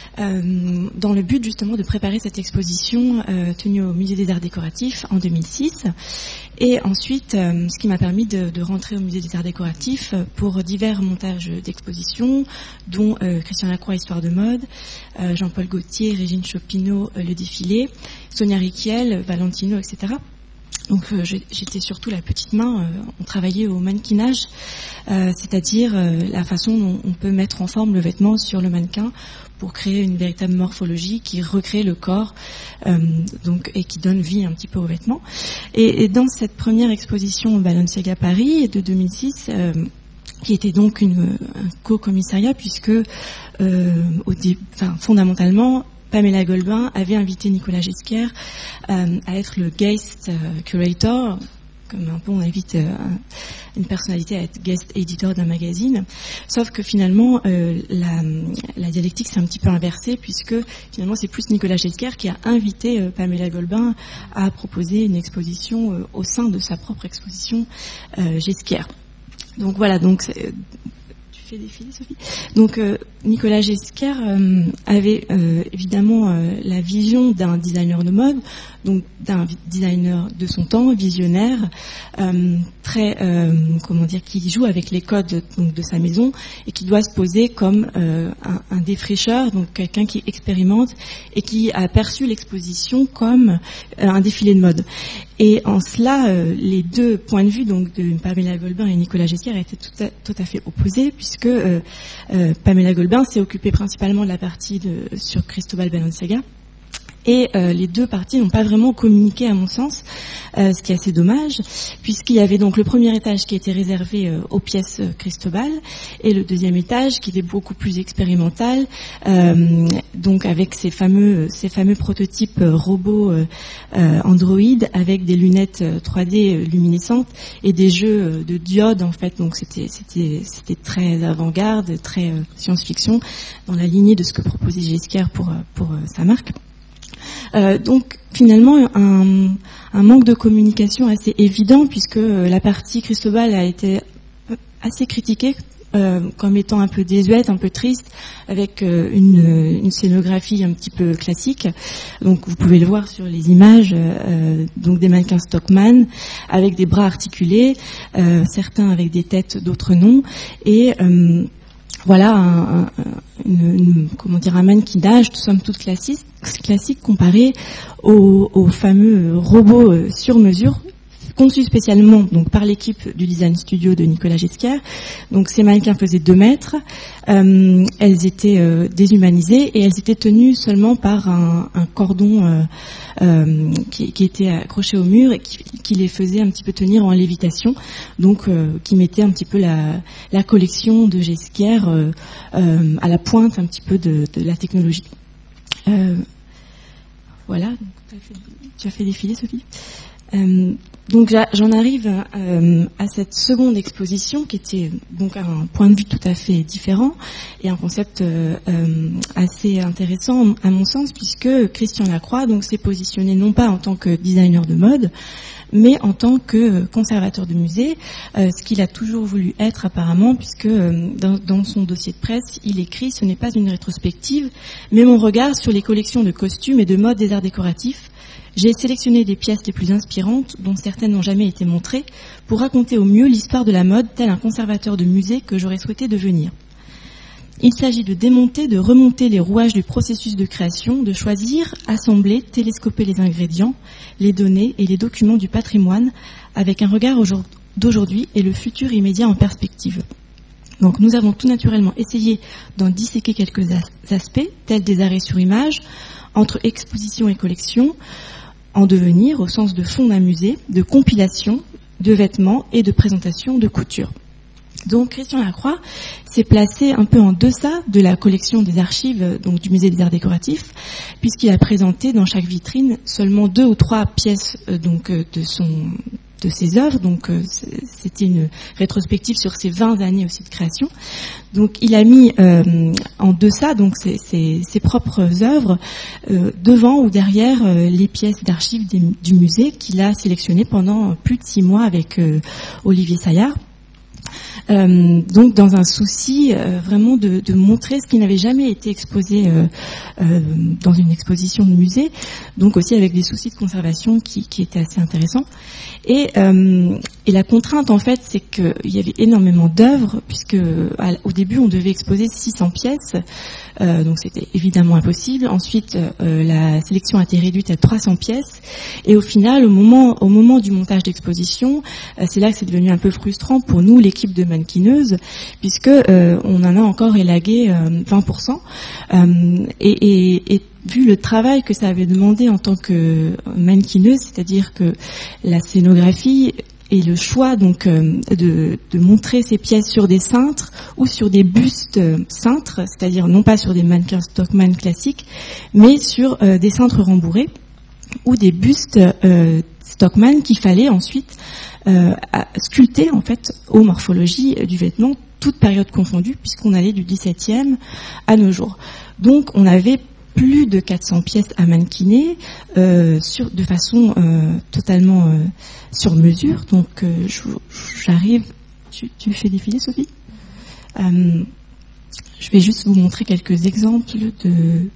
euh, dans le but justement de préparer cette exposition euh, tenue au Musée des Arts Décoratifs en deux mille six. Et ensuite, euh, ce qui m'a permis de, de rentrer au Musée des Arts Décoratifs pour divers montages d'expositions, dont euh, Christian Lacroix, Histoire de mode, euh, Jean-Paul Gaultier, Régine Chopineau, euh, Le Défilé, Sonia Rykiel, Valentino, et cetera. Donc euh, j'étais surtout la petite main, euh, on travaillait au mannequinage, euh, c'est-à-dire euh, la façon dont on peut mettre en forme le vêtement sur le mannequin pour créer une véritable morphologie qui recrée le corps euh, donc, et qui donne vie un petit peu au vêtement. Et, et dans cette première exposition Balenciaga Paris de deux mille six, euh, qui était donc une, un co-commissariat puisque euh, au dé, enfin, fondamentalement, Pamela Golbin avait invité Nicolas Ghesquière euh, à être le guest euh, curator, comme un peu on invite euh, une personnalité à être guest editor d'un magazine. Sauf que finalement, euh, la, la dialectique s'est un petit peu inversée, puisque finalement c'est plus Nicolas Ghesquière qui a invité euh, Pamela Golbin à proposer une exposition euh, au sein de sa propre exposition euh, Ghesquière. Donc voilà, donc c'est, fait défiler, Sophie. Donc euh, Nicolas Ghesquière euh, avait euh, évidemment euh, la vision d'un designer de mode, donc d'un designer de son temps, visionnaire, euh, très euh, comment dire, qui joue avec les codes donc, de sa maison et qui doit se poser comme euh, un, un défricheur, donc quelqu'un qui expérimente et qui a perçu l'exposition comme euh, un défilé de mode. Et en cela, euh, les deux points de vue donc de Pamela Golbin et Nicolas Ghesquière étaient tout à, tout à fait opposés, puisque euh, euh, Pamela Golbin s'est occupée principalement de la partie de, sur Cristobal Balenciaga. Et euh, les deux parties n'ont pas vraiment communiqué à mon sens, euh, ce qui est assez dommage, puisqu'il y avait donc le premier étage qui était réservé euh, aux pièces euh, Cristobal, et le deuxième étage qui était beaucoup plus expérimental, euh, donc avec ces fameux ces fameux prototypes euh, robots euh, euh, Android avec des lunettes euh, trois D euh, luminescentes et des jeux euh, de diodes en fait. Donc c'était c'était c'était très avant-garde, très euh, science-fiction, dans la lignée de ce que proposait Ghesquière pour pour euh, sa marque. Euh, donc finalement un, un manque de communication assez évident, puisque euh, la partie Cristobal a été assez critiquée euh, comme étant un peu désuète, un peu triste, avec euh, une, une scénographie un petit peu classique. Donc vous pouvez le voir sur les images, euh, donc des mannequins Stockman avec des bras articulés, euh, certains avec des têtes, d'autres non, et euh, voilà un, un, une, une, comment dire, un mannequinage, somme toute classique, classique comparé aux, aux fameux robots euh, sur mesure conçus spécialement donc par l'équipe du design studio de Nicolas Ghesquière. Donc ces mannequins faisaient deux mètres, euh, elles étaient euh, déshumanisées et elles étaient tenues seulement par un, un cordon euh, euh, qui, qui était accroché au mur et qui, qui les faisait un petit peu tenir en lévitation, donc euh, qui mettait un petit peu la, la collection de Ghesquière euh, euh, à la pointe un petit peu de, de la technologie. Euh, voilà, tu as fait, tu as fait défiler, Sophie. Euh, donc j'en arrive euh, à cette seconde exposition qui était donc un point de vue tout à fait différent et un concept euh, euh, assez intéressant à mon sens, puisque Christian Lacroix donc s'est positionné non pas en tant que designer de mode, mais en tant que conservateur de musée, euh, ce qu'il a toujours voulu être apparemment, puisque euh, dans, dans son dossier de presse, il écrit « Ce n'est pas une rétrospective, mais mon regard sur les collections de costumes et de mode des arts décoratifs. J'ai sélectionné des pièces les plus inspirantes, dont certaines n'ont jamais été montrées, pour raconter au mieux l'histoire de la mode, tel un conservateur de musée que j'aurais souhaité devenir. Il s'agit de démonter, de remonter les rouages du processus de création, de choisir, assembler, télescoper les ingrédients, les données et les documents du patrimoine, avec un regard d'aujourd'hui et le futur immédiat en perspective. » Donc nous avons tout naturellement essayé d'en disséquer quelques aspects, tels des arrêts sur image, entre exposition et collection, en devenir au sens de fond d'un musée, de compilation, de vêtements et de présentation de couture. Donc Christian Lacroix s'est placé un peu en deçà de la collection des archives donc du musée des arts décoratifs, puisqu'il a présenté dans chaque vitrine seulement deux ou trois pièces euh, donc euh, de son de ses œuvres. Donc euh, c'était une rétrospective sur ses vingt années aussi de création. Donc il a mis euh, en deçà donc ses, ses, ses propres œuvres euh, devant ou derrière euh, les pièces d'archives des, du musée qu'il a sélectionnées pendant plus de six mois avec euh, Olivier Saillard. Euh, donc dans un souci euh, vraiment de, de montrer ce qui n'avait jamais été exposé euh, euh, dans une exposition de musée, donc aussi avec des soucis de conservation qui, qui étaient assez intéressants. Et, euh, et la contrainte en fait, c'est qu'il y avait énormément d'œuvres, puisque à, au début on devait exposer six cents pièces, euh, donc c'était évidemment impossible. Ensuite euh, la sélection a été réduite à trois cents pièces, et au final, au moment, au moment du montage d'exposition, euh, c'est là que c'est devenu un peu frustrant pour nous, l'équipe de mannequineuses, puisque euh, on en a encore élagué euh, vingt pour cent, euh, et, et, et vu le travail que ça avait demandé en tant que mannequineuse, c'est-à-dire que la scénographie et le choix donc euh, de, de montrer ces pièces sur des cintres ou sur des bustes euh, cintres, c'est-à-dire non pas sur des mannequins Stockmann classiques, mais sur euh, des cintres rembourrés ou des bustes euh, Stockmann qu'il fallait ensuite euh, sculpter en fait aux morphologies du vêtement, toutes périodes confondues, puisqu'on allait du dix-septième à nos jours. Donc on avait plus de quatre cents pièces à mannequiner euh, sur, de façon euh, totalement euh, sur mesure. Donc euh, j'arrive... Tu, tu fais défiler, Sophie ? euh, Je vais juste vous montrer quelques exemples de...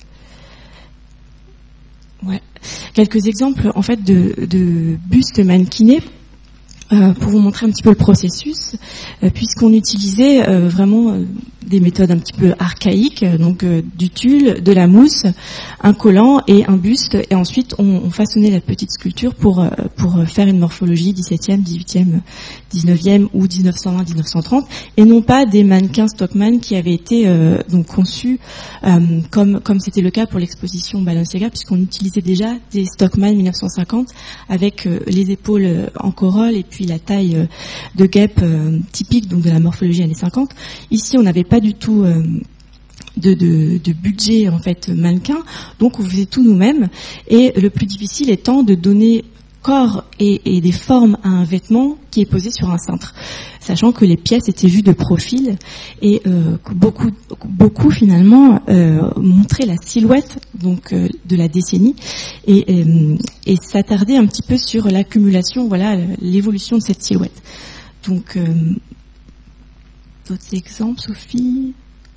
Ouais. Quelques exemples en fait de, de bustes mannequinés. Euh, pour vous montrer un petit peu le processus, euh, puisqu'on utilisait euh, vraiment euh, des méthodes un petit peu archaïques, euh, donc euh, du tulle, de la mousse, un collant et un buste, et ensuite on, on façonnait la petite sculpture pour euh, pour faire une morphologie dix-septième, dix-huitième, dix-neuvième ou dix-neuf cent vingt, dix-neuf cent trente, et non pas des mannequins Stockmann qui avaient été euh, donc conçus euh, comme comme c'était le cas pour l'exposition Balenciaga, puisqu'on utilisait déjà des Stockmann mille neuf cent cinquante avec euh, les épaules en corolle et puis la taille de guêpe euh, typique donc de la morphologie années cinquante. Ici, on n'avait pas du tout euh, de, de, de budget en fait mannequin, donc on faisait tout nous-mêmes. Et le plus difficile étant de donner corps et, et des formes à un vêtement qui est posé sur un cintre, sachant que les pièces étaient vues de profil et euh, que beaucoup, beaucoup finalement euh, montraient la silhouette donc euh, de la décennie et, euh, et s'attardaient un petit peu sur l'accumulation, voilà, l'évolution de cette silhouette. Donc euh, d'autres exemples, Sophie.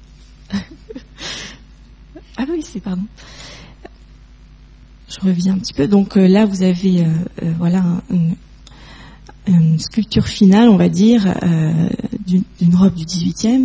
Ah oui, c'est pardon. Je reviens un petit peu. Donc euh, là, vous avez euh, euh, voilà une, une sculpture finale, on va dire, euh, d'une, d'une robe du dix-huitième.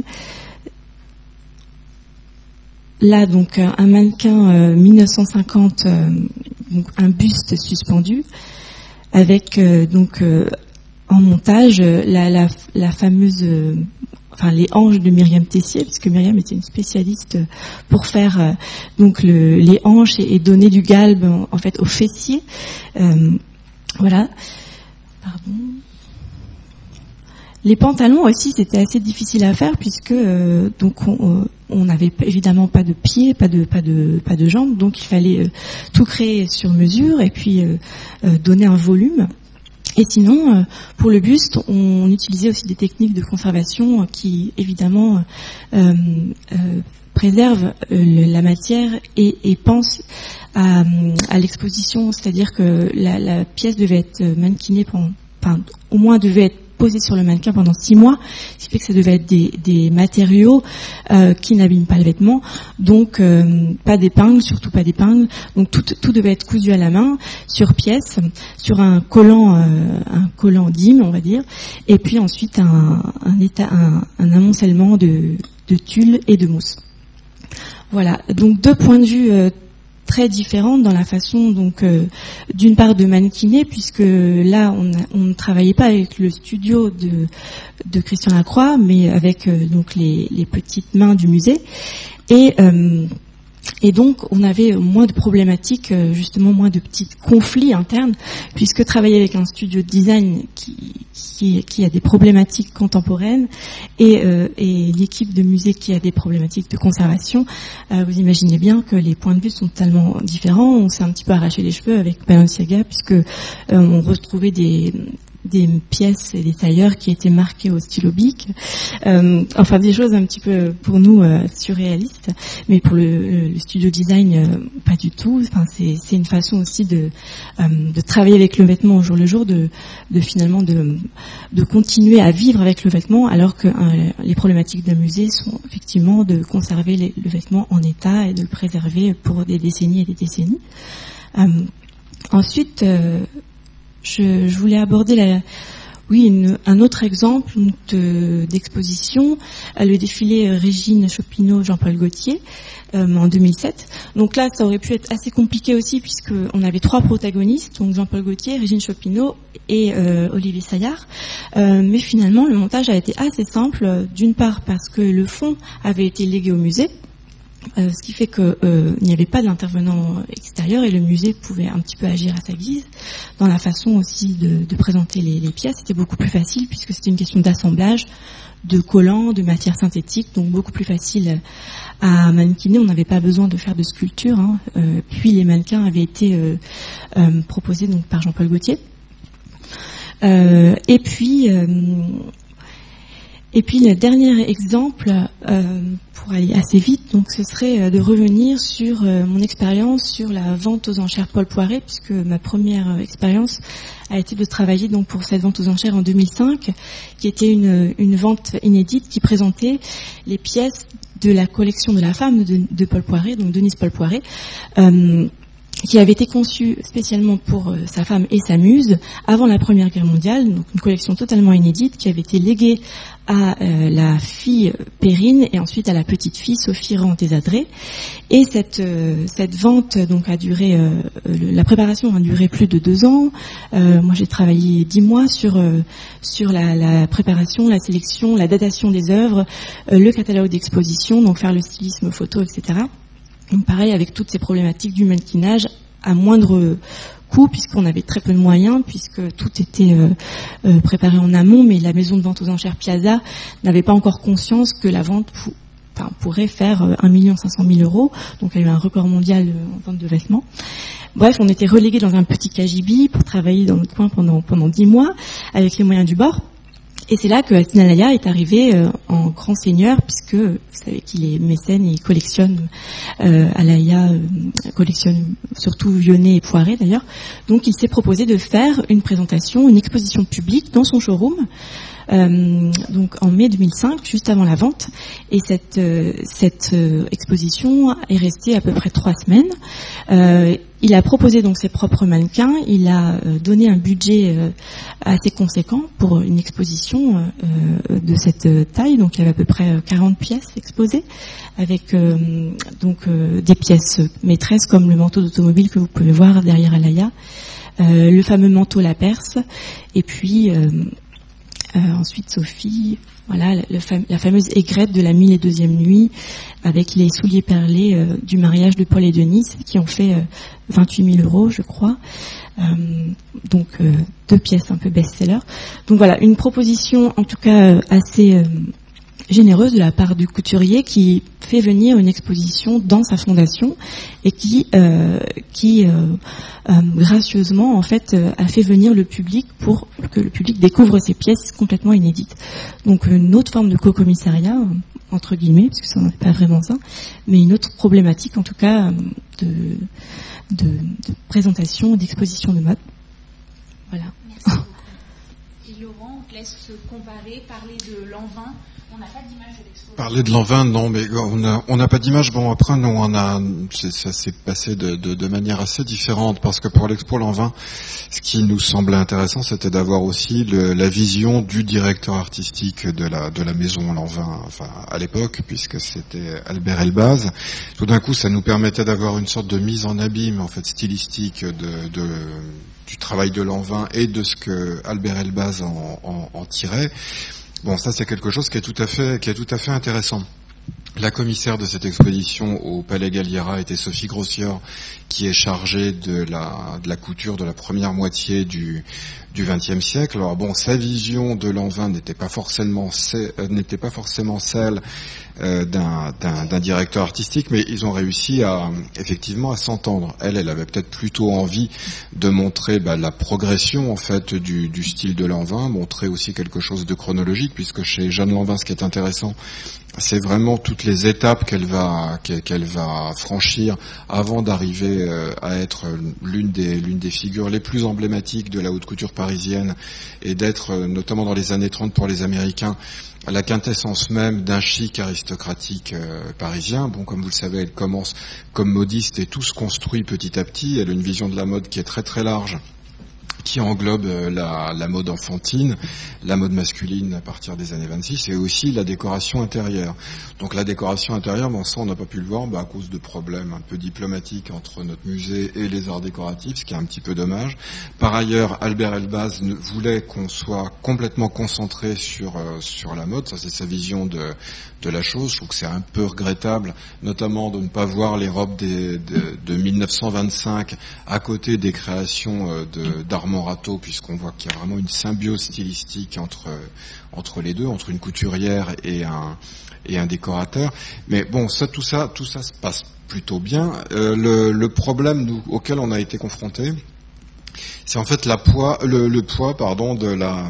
Là, donc un mannequin euh, mille neuf cent cinquante, euh, donc un buste suspendu, avec euh, donc euh, en montage la, la, la fameuse euh, enfin les hanches de Myriam Tessier, puisque Myriam était une spécialiste pour faire euh, donc le, les hanches et, et donner du galbe en, en fait aux fessiers. Euh, voilà. Pardon. Les pantalons aussi, c'était assez difficile à faire puisque euh, donc on, on n'avait évidemment pas de pieds, pas de pas de pas de jambes, donc il fallait euh, tout créer sur mesure et puis euh, euh, donner un volume. Et sinon, euh, pour le buste, on utilisait aussi des techniques de conservation euh, qui, évidemment, euh, euh, préservent euh, la matière et, et pensent à, à l'exposition, c'est-à-dire que la, la pièce devait être mannequinée pendant, enfin, au moins devait être posée sur le mannequin pendant six mois, ce qui fait que ça devait être des, des matériaux euh, qui n'abîment pas le vêtement, donc euh, pas d'épingles, surtout pas d'épingles, donc tout, tout devait être cousu à la main, sur pièce, sur un collant, euh, un collant dîme, on va dire, et puis ensuite un, un, état, un, un amoncellement de, de tulle et de mousse. Voilà, donc deux points de vue euh, très différentes dans la façon donc euh, d'une part de mannequiner, puisque là on, a, on ne travaillait pas avec le studio de, de Christian Lacroix, mais avec euh, donc les, les petites mains du musée, et euh, Et donc, on avait moins de problématiques, justement moins de petits conflits internes, puisque travailler avec un studio de design qui, qui, qui a des problématiques contemporaines et, euh, et l'équipe de musée qui a des problématiques de conservation, euh, vous imaginez bien que les points de vue sont totalement différents. On s'est un petit peu arraché les cheveux avec Balenciaga, puisque euh, on retrouvait des des pièces et des tailleurs qui étaient marqués au stylo bic, euh, enfin des choses un petit peu pour nous euh, surréalistes, mais pour le, le studio design euh, pas du tout. Enfin c'est, c'est une façon aussi de, euh, de travailler avec le vêtement au jour le jour, de, de finalement de, de continuer à vivre avec le vêtement, alors que euh, les problématiques d'un musée sont effectivement de conserver les, le vêtement en état et de le préserver pour des décennies et des décennies. Euh, ensuite euh, Je, je voulais aborder la, oui, une, un autre exemple de, d'exposition, le défilé Régine Chopineau, Jean-Paul Gaultier, euh, en deux mille sept. Donc là, ça aurait pu être assez compliqué aussi, puisque on avait trois protagonistes, donc Jean-Paul Gaultier, Régine Chopineau et euh, Olivier Saillard. Euh, mais finalement, le montage a été assez simple, d'une part parce que le fond avait été légué au musée. Euh, ce qui fait qu'il euh, n'y avait pas d'intervenant extérieur et le musée pouvait un petit peu agir à sa guise. Dans la façon aussi de, de présenter les, les pièces, c'était beaucoup plus facile puisque c'était une question d'assemblage, de collants, de matières synthétiques, donc beaucoup plus facile à mannequiner. On n'avait pas besoin de faire de sculpture. Hein. Euh, puis les mannequins avaient été euh, euh, proposés donc par Jean-Paul Gaultier. Euh, et puis... Euh, Et puis le dernier exemple, euh, pour aller assez vite, donc ce serait de revenir sur euh, mon expérience sur la vente aux enchères Paul Poiret, puisque ma première euh, expérience a été de travailler donc pour cette vente aux enchères en deux mille cinq, qui était une, une vente inédite qui présentait les pièces de la collection de la femme de, de Paul Poiret, donc Denise Paul Poiret, euh, qui avait été conçue spécialement pour euh, sa femme et sa muse avant la Première Guerre mondiale, donc une collection totalement inédite qui avait été léguée à euh, la fille Perrine et ensuite à la petite fille Sophie Ranté-Zadré. Et cette euh, cette vente donc a duré, euh, le, la préparation a duré plus de deux ans. Euh, moi j'ai travaillé dix mois sur euh, sur la, la préparation, la sélection, la datation des œuvres, euh, le catalogue d'exposition, donc faire le stylisme photo, et cetera. Donc pareil avec toutes ces problématiques du mannequinage à moindre coût puisqu'on avait très peu de moyens, puisque tout était euh, euh, préparé en amont, mais la maison de vente aux enchères Piazza n'avait pas encore conscience que la vente pou- enfin, pourrait faire euh, un million cinq cent mille euros, donc elle a eu un record mondial euh, en vente de vêtements. Bref, on était relégués dans un petit K G B pour travailler dans notre coin pendant, pendant dix mois avec les moyens du bord. Et c'est là que Hassan Alaya est arrivé euh, en grand seigneur, puisque vous savez qu'il est mécène et il collectionne, euh, Alaya euh, collectionne surtout Vionnet et Poiret d'ailleurs. Donc il s'est proposé de faire une présentation, une exposition publique dans son showroom, euh, donc en mai deux mille cinq, juste avant la vente. Et cette, euh, cette euh, exposition est restée à peu près trois semaines. Euh, Il a proposé donc ses propres mannequins, il a euh, donné un budget euh, assez conséquent pour une exposition euh, de cette taille, donc il y avait à peu près quarante pièces exposées, avec euh, donc euh, des pièces maîtresses comme le manteau d'automobile que vous pouvez voir derrière Alaya, euh, le fameux manteau La Perse, et puis euh, euh, ensuite Sophie... Voilà, le fam- la fameuse aigrette de la mille et deuxième nuit, avec les souliers perlés euh, du mariage de Paul et Denise, qui ont fait euh, vingt-huit mille euros, je crois. Euh, donc, euh, deux pièces un peu best-seller. Donc voilà, une proposition en tout cas euh, assez euh, généreuse de la part du couturier, qui fait venir une exposition dans sa fondation et qui, euh, qui euh, euh, gracieusement en fait euh, a fait venir le public pour que le public découvre ces pièces complètement inédites. Donc une autre forme de co-commissariat entre guillemets, parce que ça n'est pas vraiment ça, mais une autre problématique en tout cas de, de, de présentation, d'exposition de mode. Voilà. Merci. Et Laurent, on te laisse se comparer, parler de l'an vingt. On n'a pas d'image de l'expo. Parler de l'an vingt, non, mais on a, on n'a pas d'image. Bon, après, nous, on a, c'est, ça s'est passé de, de, de manière assez différente, parce que pour l'expo l'an vingt, ce qui nous semblait intéressant, c'était d'avoir aussi le, la vision du directeur artistique de la, de la maison l'an vingt, enfin, à l'époque, puisque c'était Albert Elbaz. Tout d'un coup, ça nous permettait d'avoir une sorte de mise en abîme, en fait, stylistique de, de, du travail de l'an vingt et de ce que Albert Elbaz en, en, en tirait. Bon, ça c'est quelque chose qui est tout à fait, qui est tout à fait intéressant. La commissaire de cette exposition au Palais Galliera était Sophie Grossior, qui est chargée de la, de la couture de la première moitié du du vingtième siècle. Alors bon, sa vision de l'an vingt n'était pas forcément euh, n'était pas forcément celle euh, d'un, d'un, d'un directeur artistique, mais ils ont réussi à effectivement à s'entendre. Elle, elle avait peut-être plutôt envie de montrer bah, la progression en fait du, du style de l'an vingt, montrer aussi quelque chose de chronologique, puisque chez Jeanne Lanvin, ce qui est intéressant, c'est vraiment toutes les étapes qu'elle va qu'elle va franchir avant d'arriver à être l'une des l'une des figures les plus emblématiques de la haute couture parisienne et d'être notamment dans les années trente pour les Américains la quintessence même d'un chic aristocratique euh, parisien. Bon, comme vous le savez, elle commence comme modiste et tout se construit petit à petit. Elle a une vision de la mode qui est très très large, qui englobe la, la mode enfantine, la mode masculine à partir des années vingt-six, et aussi la décoration intérieure. Donc la décoration intérieure, bon, ça on n'a pas pu le voir bah, à cause de problèmes un peu diplomatiques entre notre musée et les arts décoratifs, ce qui est un petit peu dommage. Par ailleurs, Albert Elbaz voulait qu'on soit complètement concentré sur euh, sur la mode, ça c'est sa vision de de la chose. Je trouve que c'est un peu regrettable, notamment de ne pas voir les robes des, de, de mille neuf cent vingt-cinq à côté des créations euh, de, d'Armand Rateau, puisqu'on voit qu'il y a vraiment une symbiose stylistique entre entre les deux, entre une couturière et un et un décorateur. Mais bon, ça, tout ça, tout ça se passe plutôt bien. Euh, le, le problème nous, auquel on a été confronté, c'est en fait la poids, le, le poids, pardon, de la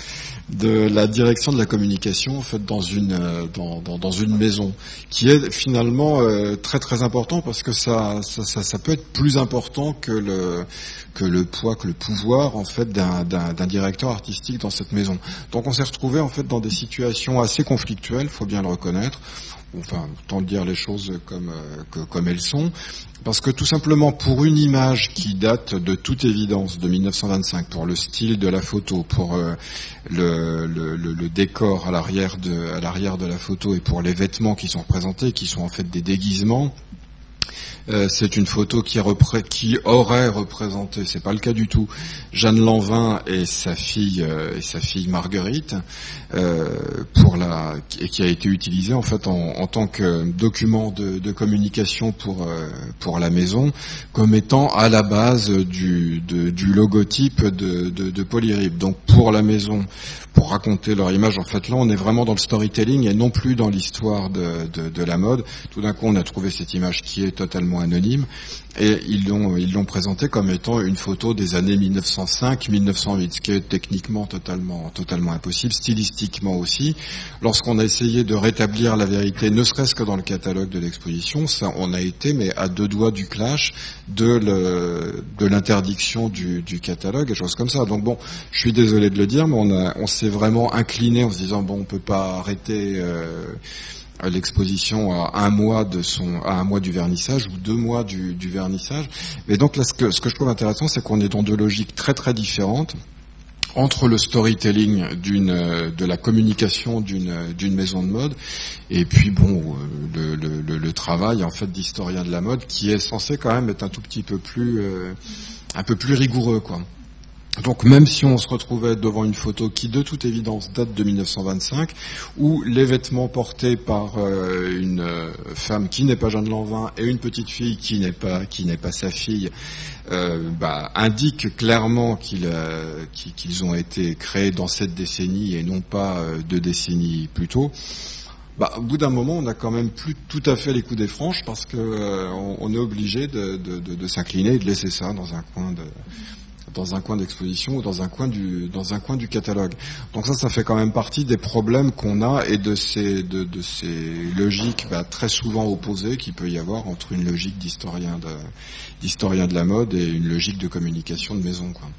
de la direction de la communication en fait dans une dans, dans, dans une maison, qui est finalement euh, très très important, parce que ça, ça ça ça peut être plus important que le que le poids, que le pouvoir en fait d'un, d'un, d'un directeur artistique dans cette maison. Donc on s'est retrouvé en fait dans des situations assez conflictuelles, faut bien le reconnaître. Enfin, autant dire les choses comme euh, que, comme elles sont, parce que tout simplement pour une image qui date de toute évidence de mille neuf cent vingt-cinq, pour le style de la photo, pour euh, le, le, le, le décor à l'arrière de à l'arrière de la photo, et pour les vêtements qui sont représentés, qui sont en fait des déguisements. Euh, c'est une photo qui, repré- qui aurait représenté, c'est pas le cas du tout, Jeanne Lanvin et sa fille euh, et sa fille Marguerite, euh, pour la et qui a été utilisée en fait en, en tant que document de, de communication pour euh, pour la maison, comme étant à la base du de, du logotype de, de, de Polyrib. Donc pour la maison, pour raconter leur image, en fait là on est vraiment dans le storytelling et non plus dans l'histoire de, de, de la mode. Tout d'un coup on a trouvé cette image qui est totalement anonyme, et ils l'ont ils l'ont présentée comme étant une photo des années mille neuf cent cinq mille neuf cent huit, ce qui est techniquement totalement totalement impossible, stylistiquement aussi. Lorsqu'on a essayé de rétablir la vérité, ne serait-ce que dans le catalogue de l'exposition, ça on a été mais à deux doigts du clash de le, de l'interdiction du, du catalogue et choses comme ça. Donc bon, je suis désolé de le dire, mais on a on s'est vraiment incliné en se disant bon, on peut pas arrêter euh, l'exposition à un mois de son, à un mois du vernissage ou deux mois du, du vernissage. Mais donc là, ce que, ce que je trouve intéressant, c'est qu'on est dans deux logiques très très différentes entre le storytelling d'une, de la communication d'une, d'une maison de mode, et puis bon, le, le, le, le travail en fait d'historien de la mode, qui est censé quand même être un tout petit peu plus, euh, un peu plus rigoureux, quoi. Donc même si on se retrouvait devant une photo qui de toute évidence date de mille neuf cent vingt-cinq, où les vêtements portés par euh, une euh, femme qui n'est pas Jeanne Lanvin et une petite fille qui n'est pas qui n'est pas sa fille euh, bah, indiquent clairement qu'ils, euh, qu'ils ont été créés dans cette décennie et non pas euh, deux décennies plus tôt. Bah, au bout d'un moment, on n'a quand même plus tout à fait les coups des franches, parce que euh, on, on est obligé de, de, de, de s'incliner et de laisser ça dans un coin de dans un coin d'exposition ou dans un coin du dans un coin du catalogue. Donc ça, ça fait quand même partie des problèmes qu'on a et de ces de, de ces logiques bah, très souvent opposées qu'il peut y avoir entre une logique d'historien de d'historien de la mode et une logique de communication de maison, quoi.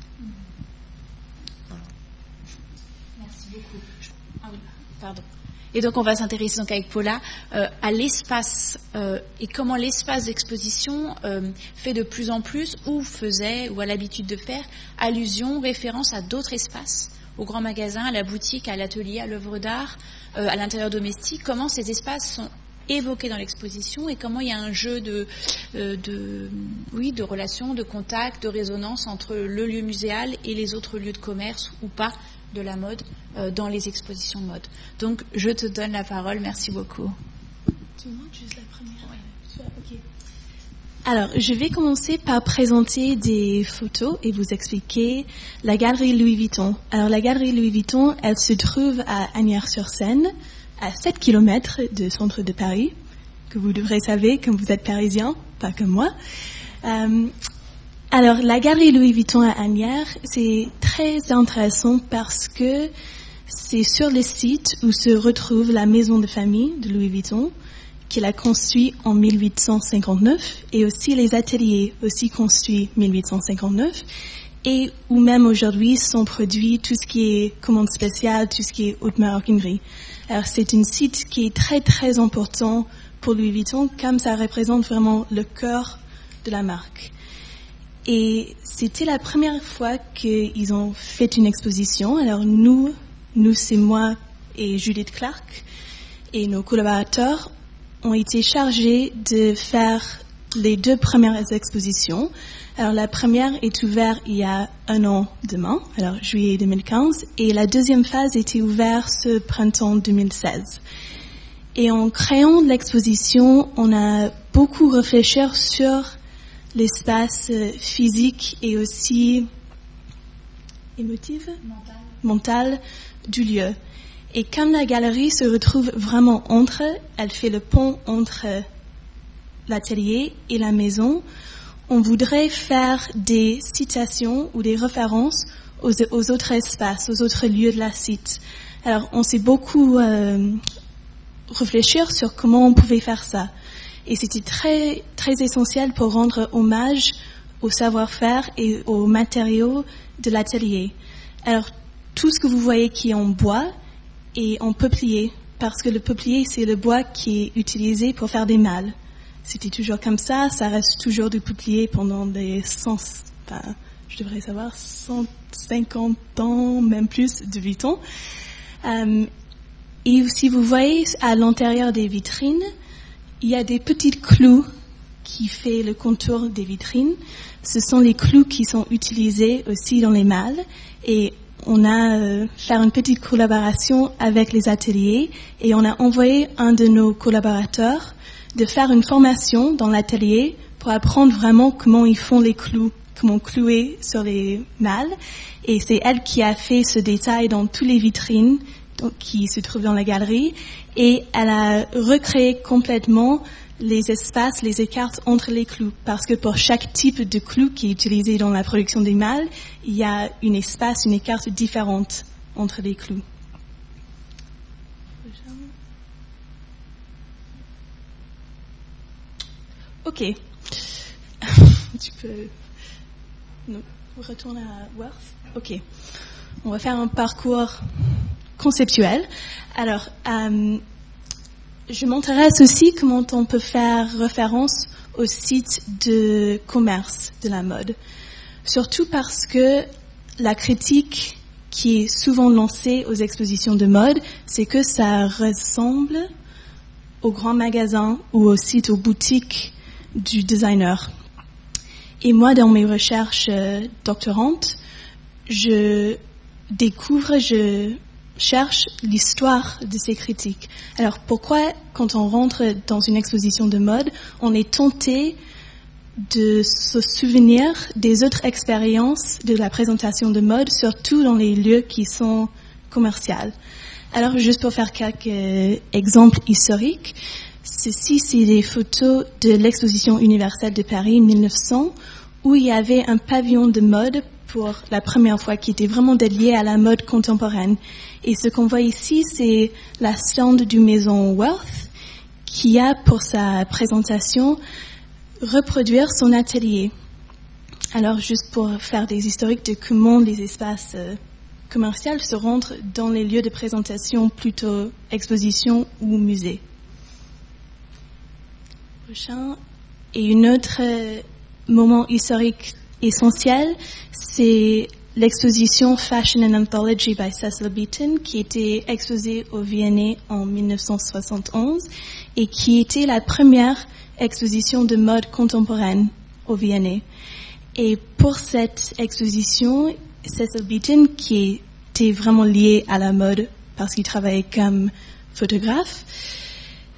Voilà. Merci beaucoup. Ah oui, pardon. Et donc on va s'intéresser donc avec Paula euh, à l'espace euh, et comment l'espace d'exposition euh, fait de plus en plus, ou faisait, ou a l'habitude de faire, allusion, référence à d'autres espaces, au grand magasin, à la boutique, à l'atelier, à l'œuvre d'art, euh, à l'intérieur domestique. Comment ces espaces sont évoqués dans l'exposition et comment il y a un jeu de, euh, de, oui, de relations, de contact, de résonance entre le lieu muséal et les autres lieux de commerce ou pas de la mode euh, dans les expositions de mode. Donc, je te donne la parole. Merci beaucoup. Tu me montres juste la première. Ouais. Okay. Alors, je vais commencer par présenter des photos et vous expliquer la galerie Louis Vuitton. Alors, la galerie Louis Vuitton, elle se trouve à Asnières-sur-Seine, à sept kilomètres du centre de Paris, que vous devrez savoir comme vous êtes parisien, pas comme moi. Euh, alors, la galerie Louis Vuitton à Asnières, c'est très intéressant parce que c'est sur le site où se retrouve la maison de famille de Louis Vuitton, qu'il a construit en mille huit cent cinquante-neuf, et aussi les ateliers, aussi construits en mille huit cent cinquante-neuf, et où même aujourd'hui sont produits tout ce qui est commande spéciale, tout ce qui est haute maroquinerie. Alors c'est un site qui est très très important pour Louis Vuitton, comme ça représente vraiment le cœur de la marque. Et c'était la première fois qu'ils ont fait une exposition. Alors nous, nous c'est moi et Judith Clark, et nos collaborateurs ont été chargés de faire les deux premières expositions. Alors la première est ouverte il y a un an demain, alors juillet deux mille quinze, et la deuxième phase était ouverte ce printemps deux mille seize. Et en créant l'exposition, on a beaucoup réfléchi sur l'espace physique et aussi émotif, mental, mental du lieu. Et comme la galerie se retrouve vraiment entre, elle fait le pont entre l'atelier et la maison, on voudrait faire des citations ou des références aux, aux autres espaces, aux autres lieux de la site. Alors, on s'est beaucoup euh, réfléchi sur comment on pouvait faire ça. Et c'était très, très essentiel pour rendre hommage au savoir-faire et aux matériaux de l'atelier. Alors, tout ce que vous voyez qui est en bois, et en peuplier, parce que le peuplier, c'est le bois qui est utilisé pour faire des malles. C'était toujours comme ça, ça reste toujours du peuplier pendant des cent, enfin, je devrais savoir, cent cinquante ans, même plus, de Vuitton. Euh, et si vous voyez à l'intérieur des vitrines, il y a des petits clous qui font le contour des vitrines. Ce sont les clous qui sont utilisés aussi dans les malles, et on a euh, fait une petite collaboration avec les ateliers et on a envoyé un de nos collaborateurs de faire une formation dans l'atelier pour apprendre vraiment comment ils font les clous, comment clouer sur les malles. Et c'est elle qui a fait ce détail dans toutes les vitrines donc, qui se trouvent dans la galerie. Et elle a recréé complètement les espaces, les écarts entre les clous. Parce que pour chaque type de clou qui est utilisé dans la production des malles, il y a un espace, une écarte différente entre les clous. Ok. Tu peux... Non. On retourne à Worth. Ok. On va faire un parcours conceptuel. Alors, euh, je m'intéresse aussi comment on peut faire référence au site de commerce de la mode. Surtout parce que la critique qui est souvent lancée aux expositions de mode, c'est que ça ressemble aux grands magasins ou aux sites, aux boutiques du designer. Et moi, dans mes recherches euh, doctorantes, je découvre, je cherche l'histoire de ces critiques. Alors pourquoi, quand on rentre dans une exposition de mode, on est tenté de se souvenir des autres expériences de la présentation de mode, surtout dans les lieux qui sont commerciaux. Alors, juste pour faire quelques exemples historiques, ceci, c'est des photos de l'exposition universelle de Paris mille neuf cents, où il y avait un pavillon de mode pour la première fois qui était vraiment dédié à la mode contemporaine. Et ce qu'on voit ici, c'est la stand du maison Worth, qui a pour sa présentation reproduire son atelier. Alors, juste pour faire des historiques de comment les espaces euh, commerciaux se rentrent dans les lieux de présentation, plutôt exposition ou musée. Prochain. Et un autre euh, moment historique essentiel, c'est l'exposition Fashion and Anthology by Cecil Beaton, qui était exposée au V N A en mille neuf cent soixante et onze et qui était la première exposition de mode contemporaine au V N A. Et pour cette exposition, Cecil Beaton, qui était vraiment lié à la mode parce qu'il travaillait comme photographe,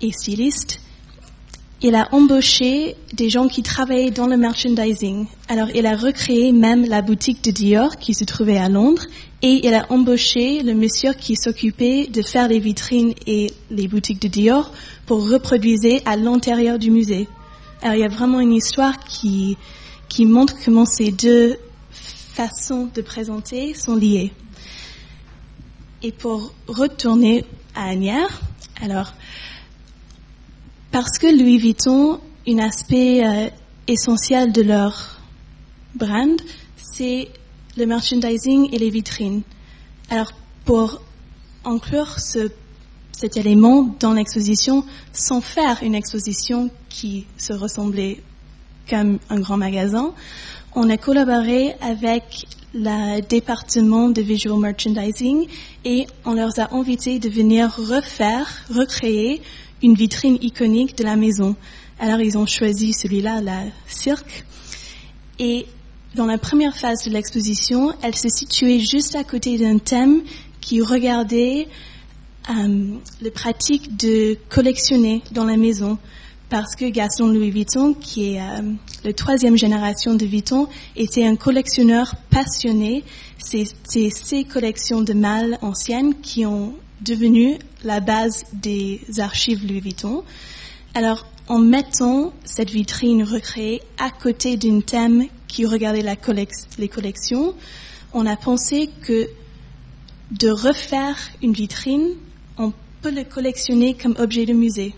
et styliste, il a embauché des gens qui travaillaient dans le merchandising. Alors, il a recréé même la boutique de Dior qui se trouvait à Londres et il a embauché le monsieur qui s'occupait de faire les vitrines et les boutiques de Dior pour reproduire à l'intérieur du musée. Alors, il y a vraiment une histoire qui, qui montre comment ces deux façons de présenter sont liées. Et pour retourner à Asnières, alors, parce que Louis Vuitton, un aspect euh, essentiel de leur brand, c'est le merchandising et les vitrines. Alors, pour inclure ce, cet élément dans l'exposition, sans faire une exposition qui se ressemblait comme un grand magasin, on a collaboré avec le département de visual merchandising et on leur a invités de venir refaire, recréer une vitrine iconique de la maison. Alors, ils ont choisi celui-là, la cirque. Et dans la première phase de l'exposition, elle se situait juste à côté d'un thème qui regardait euh, les pratiques de collectionner dans la maison. Parce que Gaston Louis Vuitton, qui est euh, la troisième génération de Vuitton, était un collectionneur passionné. C'est, c'est ces collections de malles anciennes qui ont devenu la base des archives Louis Vuitton. Alors, en mettant cette vitrine recréée à côté d'un thème qui regardait la collect- les collections, on a pensé que de refaire une vitrine, on peut le collectionner comme objet de musée.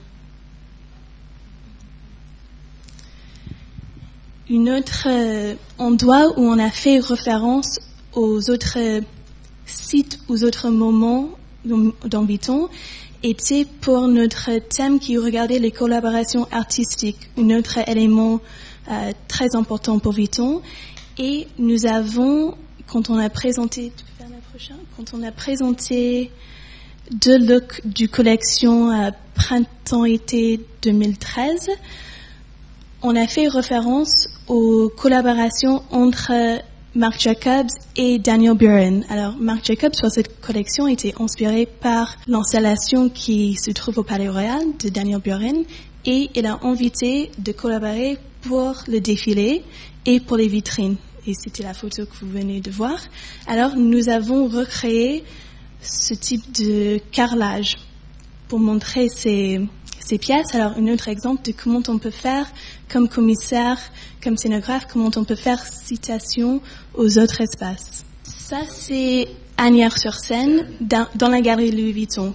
Un autre euh, endroit où on a fait référence aux autres euh, sites, aux autres moments dans Vuitton, était pour notre thème qui regardait les collaborations artistiques, un autre élément euh, très important pour Vuitton. Et nous avons, quand on a présenté, tu peux faire la prochaine, quand on a présenté deux looks du collection euh, printemps-été deux mille treize, on a fait référence aux collaborations entre Marc Jacobs et Daniel Buren. Alors, Marc Jacobs, sur cette collection, était inspiré par l'installation qui se trouve au Palais Royal de Daniel Buren et il a invité de collaborer pour le défilé et pour les vitrines. Et c'était la photo que vous venez de voir. Alors, nous avons recréé ce type de carrelage pour montrer ces, ces pièces. Alors, un autre exemple de comment on peut faire comme commissaire, comme scénographe, comment on peut faire citation aux autres espaces. Ça, c'est Asnières-sur-Seine, dans, dans la galerie Louis Vuitton,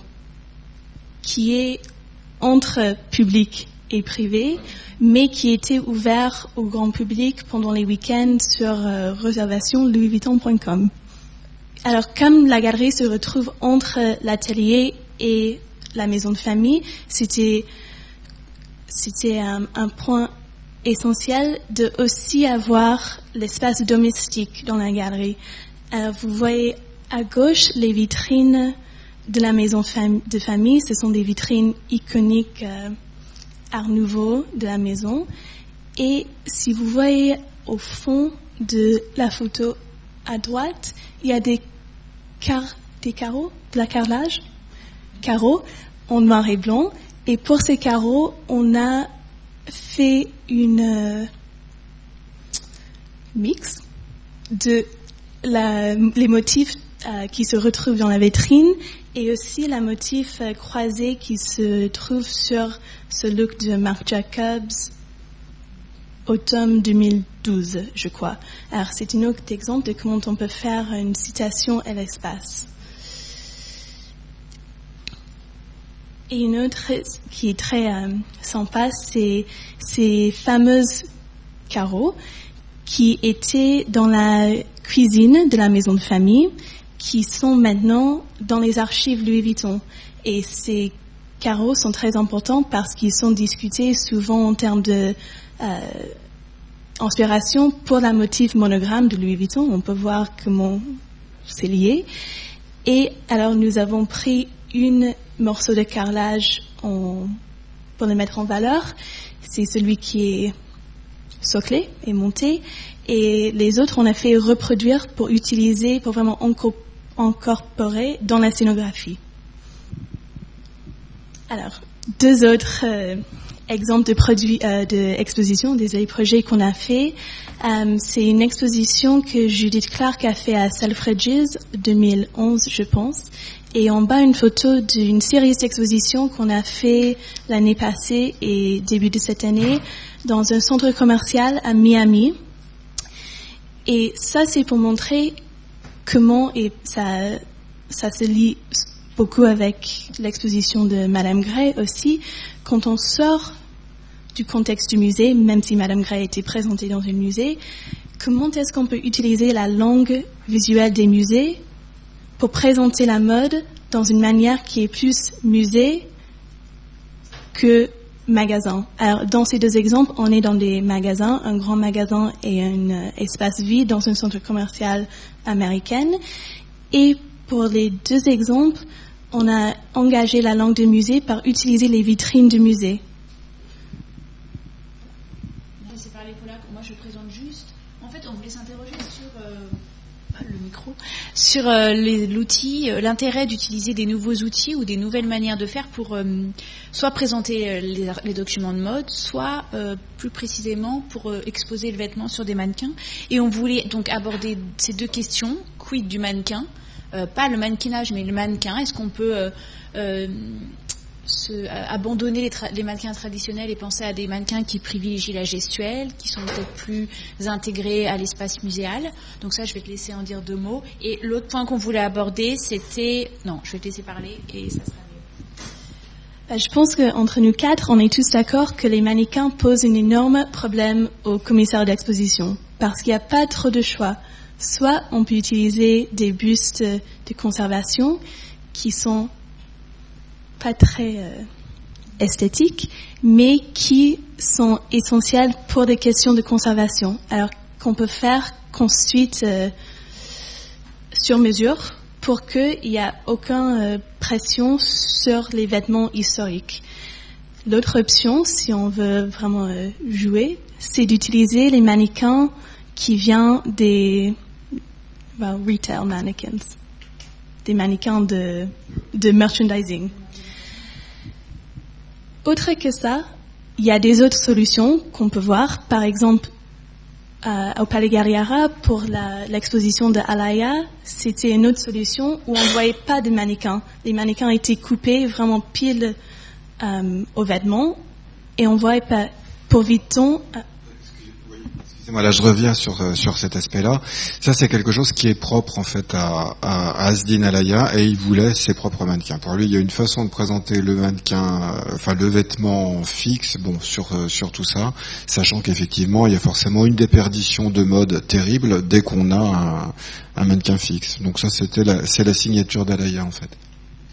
qui est entre public et privé, mais qui était ouvert au grand public pendant les week-ends sur euh, réservation louis vuitton point com. Alors, comme la galerie se retrouve entre l'atelier et la maison de famille, c'était, c'était un, un point essentiel de aussi avoir l'espace domestique dans la galerie. Alors, vous voyez à gauche les vitrines de la maison de famille. Ce sont des vitrines iconiques euh, Art Nouveau de la maison. Et si vous voyez au fond de la photo à droite, il y a des, car- des carreaux, de la carrelage, carreaux en noir et blanc. Et pour ces carreaux, on a fait une euh, mix de la, les motifs euh, qui se retrouvent dans la vitrine et aussi la motif euh, croisé qui se trouve sur ce look de Marc Jacobs automne deux mille douze, je crois. Alors, c'est un autre exemple de comment on peut faire une citation à l'espace. Et une autre qui est très euh, sympa, c'est ces fameuses carreaux qui étaient dans la cuisine de la maison de famille, qui sont maintenant dans les archives Louis Vuitton. Et ces carreaux sont très importants parce qu'ils sont discutés souvent en termes de euh, inspiration pour la motif monogramme de Louis Vuitton. On peut voir comment c'est lié. Et alors, nous avons pris une morceau de carrelage en, pour le mettre en valeur. C'est celui qui est soclé et monté. Et les autres, on a fait reproduire pour utiliser, pour vraiment incorporer dans la scénographie. Alors, deux autres euh, exemples de produits, euh, d'expositions, des projets qu'on a fait. Euh, c'est une exposition que Judith Clark a fait à Selfridges, deux mille onze, je pense. Et en bas, une photo d'une série d'expositions qu'on a fait l'année passée et début de cette année dans un centre commercial à Miami. Et ça, c'est pour montrer comment, et ça, ça se lie beaucoup avec l'exposition de Madame Gray aussi, quand on sort du contexte du musée, même si Madame Gray était présentée dans un musée, comment est-ce qu'on peut utiliser la langue visuelle des musées pour présenter la mode dans une manière qui est plus musée que magasin. Alors, dans ces deux exemples, on est dans des magasins, un grand magasin et un euh, espace vide dans un centre commercial américain. Et pour les deux exemples, on a engagé la langue du musée par utiliser les vitrines du musée. C'est par les Paula, moi je présente juste. En fait, on voulait s'interroger sur euh, le micro, sur euh, les, l'outil, euh, l'intérêt d'utiliser des nouveaux outils ou des nouvelles manières de faire pour euh, soit présenter euh, les, les documents de mode, soit euh, plus précisément pour euh, exposer le vêtement sur des mannequins. Et on voulait donc aborder ces deux questions, quid du mannequin, euh, pas le mannequinage mais le mannequin. Est-ce qu'on peut euh, euh, Se, euh, abandonner les, tra- les mannequins traditionnels et penser à des mannequins qui privilégient la gestuelle, qui sont peut-être plus intégrés à l'espace muséal. Donc ça, je vais te laisser en dire deux mots. Et l'autre point qu'on voulait aborder, c'était... Non, je vais te laisser parler et ça sera mieux. Je pense qu'entre nous quatre, on est tous d'accord que les mannequins posent un énorme problème au commissaire d'exposition, parce qu'il n'y a pas trop de choix. Soit on peut utiliser des bustes de conservation qui sont pas très euh, esthétiques, mais qui sont essentiels pour des questions de conservation. Alors qu'on peut faire ensuite euh, sur mesure pour qu'il n'y ait aucune euh, pression sur les vêtements historiques. L'autre option, si on veut vraiment euh, jouer, c'est d'utiliser les mannequins qui viennent des well, retail mannequins, des mannequins de, de merchandising. Autre que ça, il y a des autres solutions qu'on peut voir. Par exemple, euh, au Palais Galliera, pour la, l'exposition de Alaya, c'était une autre solution où on ne voyait pas de mannequins. Les mannequins étaient coupés vraiment pile euh, aux vêtements et on ne voyait pas. Pour Vuitton... Euh, Excusez-moi, là je reviens sur sur cet aspect-là. Ça c'est quelque chose qui est propre en fait à, à, à Asdin Alaya et il voulait ses propres mannequins. Pour lui, il y a une façon de présenter le mannequin, euh, enfin le vêtement fixe, bon sur euh, sur tout ça, sachant qu'effectivement il y a forcément une déperdition de mode terrible dès qu'on a un, un mannequin fixe. Donc ça c'était la, c'est la signature d'Alaya en fait.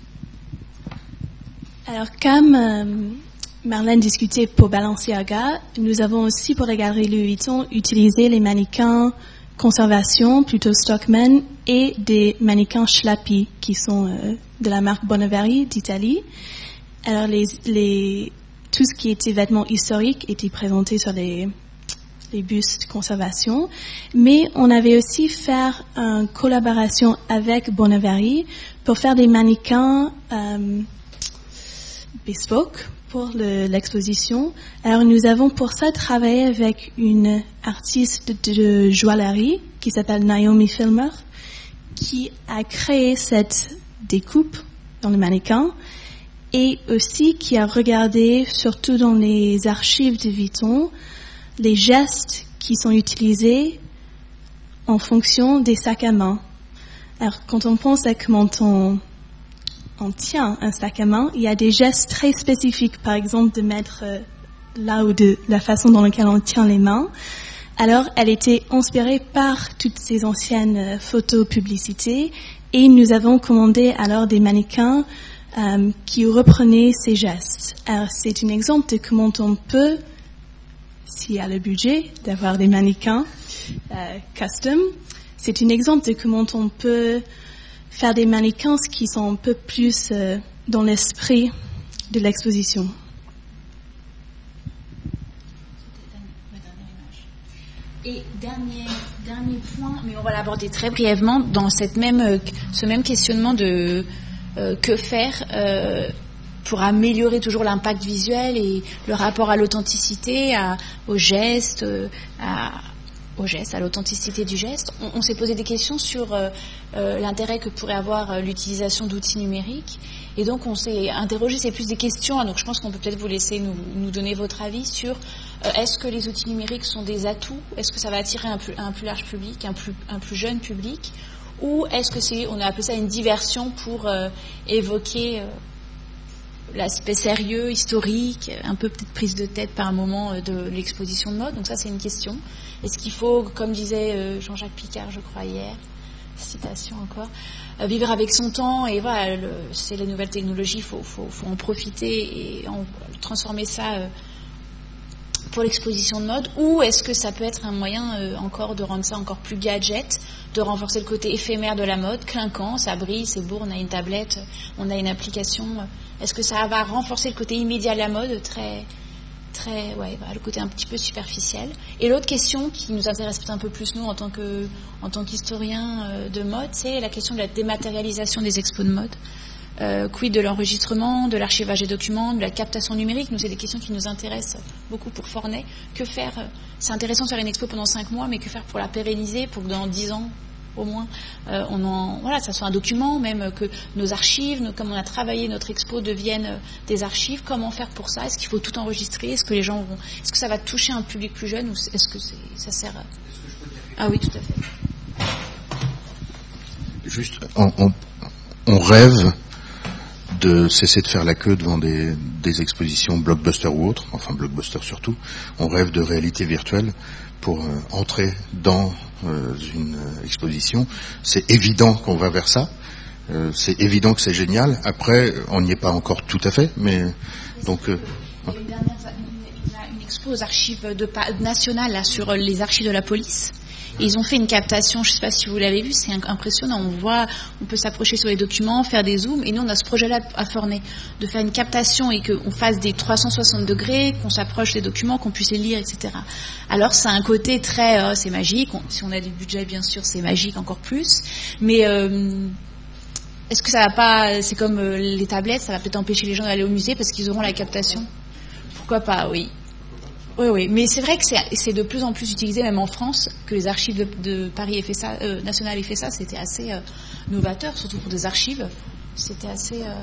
Alors comme euh... Marlène discutait pour Balenciaga, nous avons aussi pour la galerie Louis Vuitton utilisé les mannequins conservation, plutôt Stockman, et des mannequins Schlappi, qui sont euh, de la marque Bonaveri d'Italie. Alors les, les, tout ce qui était vêtements historiques était présenté sur les, les bustes conservation, mais on avait aussi fait une collaboration avec Bonaveri pour faire des mannequins euh, bespoke pour le, l'exposition. Alors nous avons pour ça travaillé avec une artiste de, de joaillerie qui s'appelle Naomi Filmer, qui a créé cette découpe dans le mannequin et aussi qui a regardé, surtout dans les archives de Vuitton, les gestes qui sont utilisés en fonction des sacs à main. Alors quand on pense à comment on on tient un sac à main, il y a des gestes très spécifiques, par exemple de mettre euh, là ou de la façon dans laquelle on tient les mains. Alors, elle était inspirée par toutes ces anciennes euh, photos publicités et nous avons commandé alors des mannequins euh, qui reprenaient ces gestes. Alors, c'est un exemple de comment on peut, s'il y a le budget, d'avoir des mannequins euh, custom. C'est un exemple de comment on peut faire des mannequins qui sont un peu plus euh, dans l'esprit de l'exposition. Et dernier, dernier point, mais on va l'aborder très brièvement, dans cette même, ce même questionnement de euh, que faire, euh, pour améliorer toujours l'impact visuel et le rapport à l'authenticité, à, au geste, à, au geste, à l'authenticité du geste. On, on s'est posé des questions sur euh, euh, l'intérêt que pourrait avoir euh, l'utilisation d'outils numériques. Et donc on s'est interrogé, c'est plus des questions, hein, donc je pense qu'on peut peut-être vous laisser nous, nous donner votre avis sur euh, est-ce que les outils numériques sont des atouts, est-ce que ça va attirer un plus, un plus large public, un plus, un plus jeune public, ou est-ce que c'est, on a appelé ça une diversion pour euh, évoquer... Euh, l'aspect sérieux, historique, un peu peut-être prise de tête par un moment de l'exposition de mode. Donc ça, c'est une question. Est-ce qu'il faut, comme disait Jean-Jacques Picard, je crois, hier, citation encore, vivre avec son temps et voilà, le, c'est les nouvelles technologies, il faut, faut, faut en profiter et en, transformer ça euh, pour l'exposition de mode, ou est-ce que ça peut être un moyen euh, encore de rendre ça encore plus gadget, de renforcer le côté éphémère de la mode, clinquant, ça brille, c'est beau, on a une tablette, on a une application. Est-ce que ça va renforcer le côté immédiat de la mode, très, très, ouais, bah, le côté un petit peu superficiel. Et l'autre question qui nous intéresse peut-être un peu plus nous en tant que, en tant qu'historiens euh, de mode, c'est la question de la dématérialisation des expos de mode. Euh, quid de l'enregistrement, de l'archivage des documents, de la captation numérique. Nous, c'est des questions qui nous intéressent beaucoup pour Forney. Que faire? C'est intéressant de faire une expo pendant cinq mois, mais que faire pour la pérenniser, pour que dans dix ans, au moins, euh, on en, voilà, ça soit un document, même que nos archives, nos, comme on a travaillé notre expo, deviennent des archives. Comment faire pour ça? Est-ce qu'il faut tout enregistrer? Est-ce que les gens vont, est-ce que ça va toucher un public plus jeune, ou est-ce que c'est, ça sert à... Ah oui, tout à fait. Juste, on, on, on rêve de cesser de faire la queue devant des, des expositions blockbuster ou autres, enfin blockbuster surtout. On rêve de réalité virtuelle pour euh, entrer dans euh, une euh, exposition. C'est évident qu'on va vers ça. Euh, c'est évident que c'est génial. Après, on n'y est pas encore tout à fait, mais donc. Euh, il y a une, dernière, une, une expo aux archives de, nationales là, sur les archives de la police. Et ils ont fait une captation, je ne sais pas si vous l'avez vu, c'est impressionnant. On voit, on peut s'approcher sur les documents, faire des zooms. Et nous, on a ce projet-là à Forney, de faire une captation et qu'on fasse des trois cent soixante degrés, qu'on s'approche des documents, qu'on puisse les lire, et cetera. Alors, ça a un côté très, euh, c'est magique. On, si on a du budget, bien sûr, c'est magique encore plus. Mais euh, est-ce que ça va pas, c'est comme euh, les tablettes, ça va peut-être empêcher les gens d'aller au musée parce qu'ils auront la captation? Pourquoi pas, oui. Oui, oui, mais c'est vrai que c'est, c'est de plus en plus utilisé, même en France, que les archives de, de Paris aient fait ça, euh, nationales aient fait ça. C'était assez euh, novateur, surtout pour des archives. C'était assez. Euh...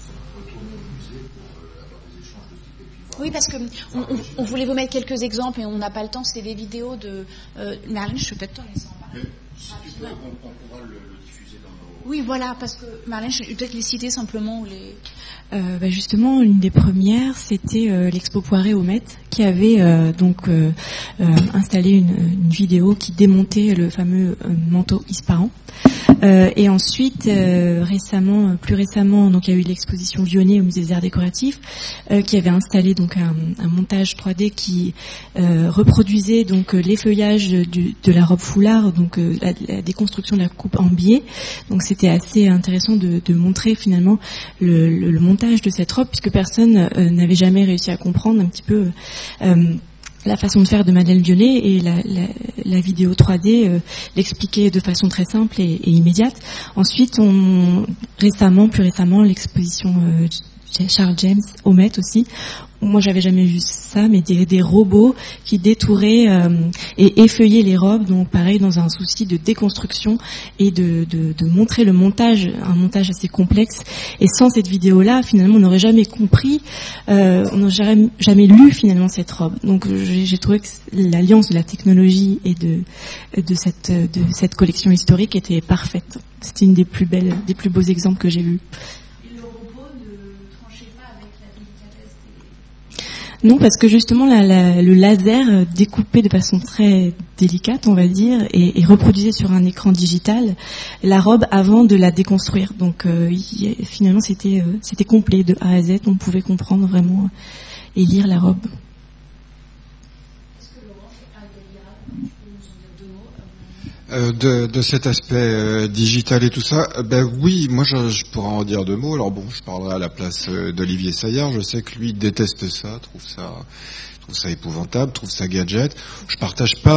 Oui, parce que on, on, on voulait vous mettre quelques exemples et on n'a pas le temps. C'est des vidéos de euh, Marlène. Je peux peut-être te laisser en parler. Si tu peux, on, on pourra le, le diffuser dans nos. Oui, voilà, parce que Marlène, je vais peut-être les citer simplement ou les. Euh, bah justement, une des premières, c'était euh, l'expo Poiré au Met, qui avait euh, donc euh, euh, installé une, une vidéo qui démontait le fameux euh, manteau Ispahan. Euh, et ensuite, euh, récemment, plus récemment, donc il y a eu l'exposition Vionnet au Musée des Arts Décoratifs, euh, qui avait installé donc un, un montage trois D qui euh, reproduisait donc l'effeuillage du, de la robe foulard, donc euh, la, la déconstruction de la coupe en biais. Donc c'était assez intéressant de, de montrer finalement le, le, le montage de cette robe, puisque personne euh, n'avait jamais réussi à comprendre un petit peu euh, la façon de faire de Madeleine Vionnet, et la, la, la vidéo trois D euh, l'expliquait de façon très simple et, et immédiate. Ensuite, on, récemment, plus récemment, l'exposition euh, Charles James au Met aussi. Moi, j'avais jamais vu ça, mais des, des robots qui détouraient euh, et effeuillaient les robes, donc pareil, dans un souci de déconstruction et de, de, de montrer le montage, un montage assez complexe. Et sans cette vidéo-là, finalement, on n'aurait jamais compris, euh, on n'aurait jamais, jamais lu finalement cette robe. Donc, j'ai, j'ai trouvé que l'alliance de la technologie et de, de cette, de cette collection historique était parfaite. C'était une des plus belles, des plus beaux exemples que j'ai vus. Non, parce que justement, la, la, le laser découpé de façon très délicate, on va dire, et, et reproduisait sur un écran digital la robe avant de la déconstruire. Donc, euh, y, finalement, c'était, euh, c'était complet de A à Z. On pouvait comprendre vraiment et lire la robe. Euh, de, de cet aspect euh, digital et tout ça, euh, ben oui, moi je, je pourrais en dire deux mots. Alors bon, je parlerai à la place euh, d'Olivier Saillard. Je sais que lui déteste ça, trouve ça, trouve ça épouvantable, trouve ça gadget. Je partage pas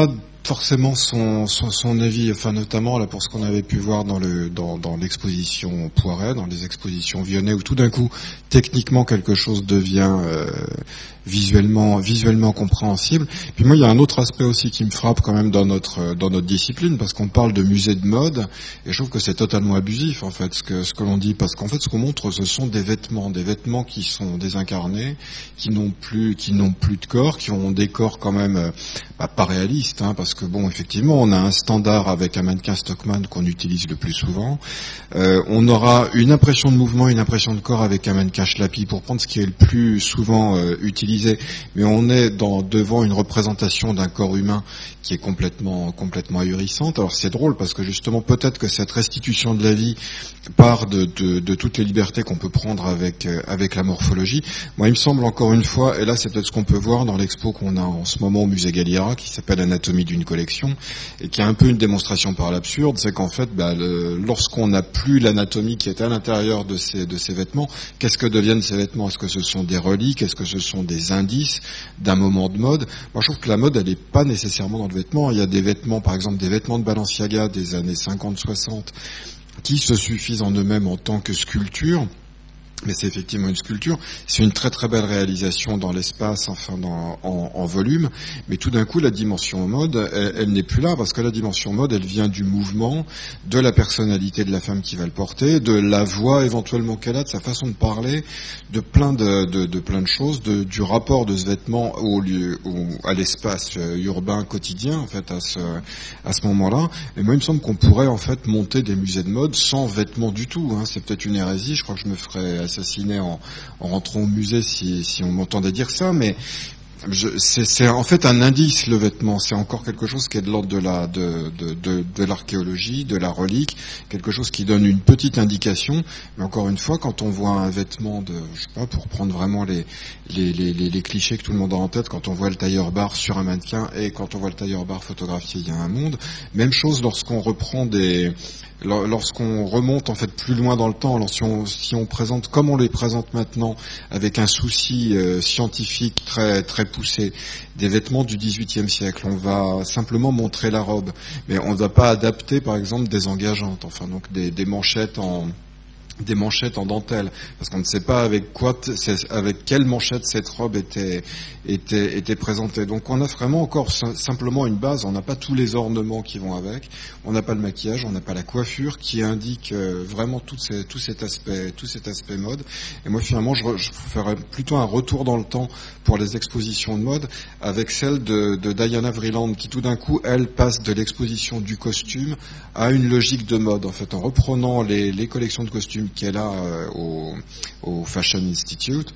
forcément son, son, son avis, enfin notamment là pour ce qu'on avait pu voir dans le dans, dans l'exposition Poiret, dans les expositions Vionnet, où tout d'un coup techniquement quelque chose devient euh, visuellement visuellement compréhensible. Puis moi il y a un autre aspect aussi qui me frappe quand même dans notre dans notre discipline, parce qu'on parle de musée de mode et je trouve que c'est totalement abusif en fait ce que ce que l'on dit, parce qu'en fait ce qu'on montre ce sont des vêtements, des vêtements qui sont désincarnés, qui n'ont plus qui n'ont plus de corps, qui ont des corps quand même bah, pas réalistes, hein, parce que bon effectivement on a un standard avec un mannequin Stockman qu'on utilise le plus souvent. Euh, on aura une impression de mouvement, une impression de corps avec un mannequin Schlappy pour prendre ce qui est le plus souvent euh, utilisé, mais on est dans, devant une représentation d'un corps humain qui est complètement complètement ahurissante. Alors c'est drôle parce que justement peut-être que cette restitution de la vie part de, de, de toutes les libertés qu'on peut prendre avec euh, avec la morphologie. Moi il me semble encore une fois, et là c'est peut-être ce qu'on peut voir dans l'expo qu'on a en ce moment au musée Galliera qui s'appelle Anatomie d'une collection et qui est un peu une démonstration par l'absurde, c'est qu'en fait bah, le, lorsqu'on n'a plus l'anatomie qui est à l'intérieur de ces de ces vêtements, qu'est-ce que deviennent ces vêtements? Est-ce que ce sont des reliques? Est-ce que ce sont des indices d'un moment de mode? Moi je trouve que la mode elle n'est pas nécessairement dans le vêtement. Il y a des vêtements, par exemple des vêtements de Balenciaga des années cinquante soixante qui se suffisent en eux-mêmes en tant que sculpture. Mais c'est effectivement une sculpture, c'est une très très belle réalisation dans l'espace, enfin dans, en, en volume, mais tout d'un coup la dimension mode, elle, elle n'est plus là, parce que la dimension mode, elle vient du mouvement, de la personnalité de la femme qui va le porter, de la voix éventuellement qu'elle a, de sa façon de parler, de plein de, de, de plein de choses, de, du rapport de ce vêtement au lieu, au, à l'espace urbain quotidien, en fait, à ce, à ce moment-là. Et moi, il me semble qu'on pourrait en fait monter des musées de mode sans vêtements du tout, hein. C'est peut-être une hérésie, je crois que je me ferais assassiné en, en rentrant au musée si, si on m'entendait dire ça, mais je, c'est, c'est en fait un indice, le vêtement. C'est encore quelque chose qui est de l'ordre de la de, de, de, de l'archéologie, de la relique, quelque chose qui donne une petite indication. Mais encore une fois, quand on voit un vêtement de, je sais pas, pour prendre vraiment les les, les, les, les clichés que tout le monde a en tête, quand on voit le tailleur-bar sur un mannequin et quand on voit le tailleur-bar photographié, il y a un monde. Même chose lorsqu'on reprend des lorsqu'on remonte en fait plus loin dans le temps, alors si on, si on présente comme on les présente maintenant, avec un souci euh, scientifique très très poussé, des vêtements du dix-huitième siècle, on va simplement montrer la robe, mais on ne va pas adapter par exemple des engageantes, enfin donc des, des manchettes en des manchettes en dentelle, parce qu'on ne sait pas avec quoi, avec quelle manchette cette robe était était était présentée. Donc on a vraiment encore simplement une base. On n'a pas tous les ornements qui vont avec. On n'a pas le maquillage, on n'a pas la coiffure qui indique vraiment tout, ces, tout cet aspect, tout cet aspect mode. Et moi finalement, je, je ferais plutôt un retour dans le temps pour les expositions de mode, avec celle de, de Diana Vreeland, qui tout d'un coup, elle passe de l'exposition du costume à une logique de mode. En fait, en reprenant les, les collections de costumes qu'elle a euh, au, au Fashion Institute,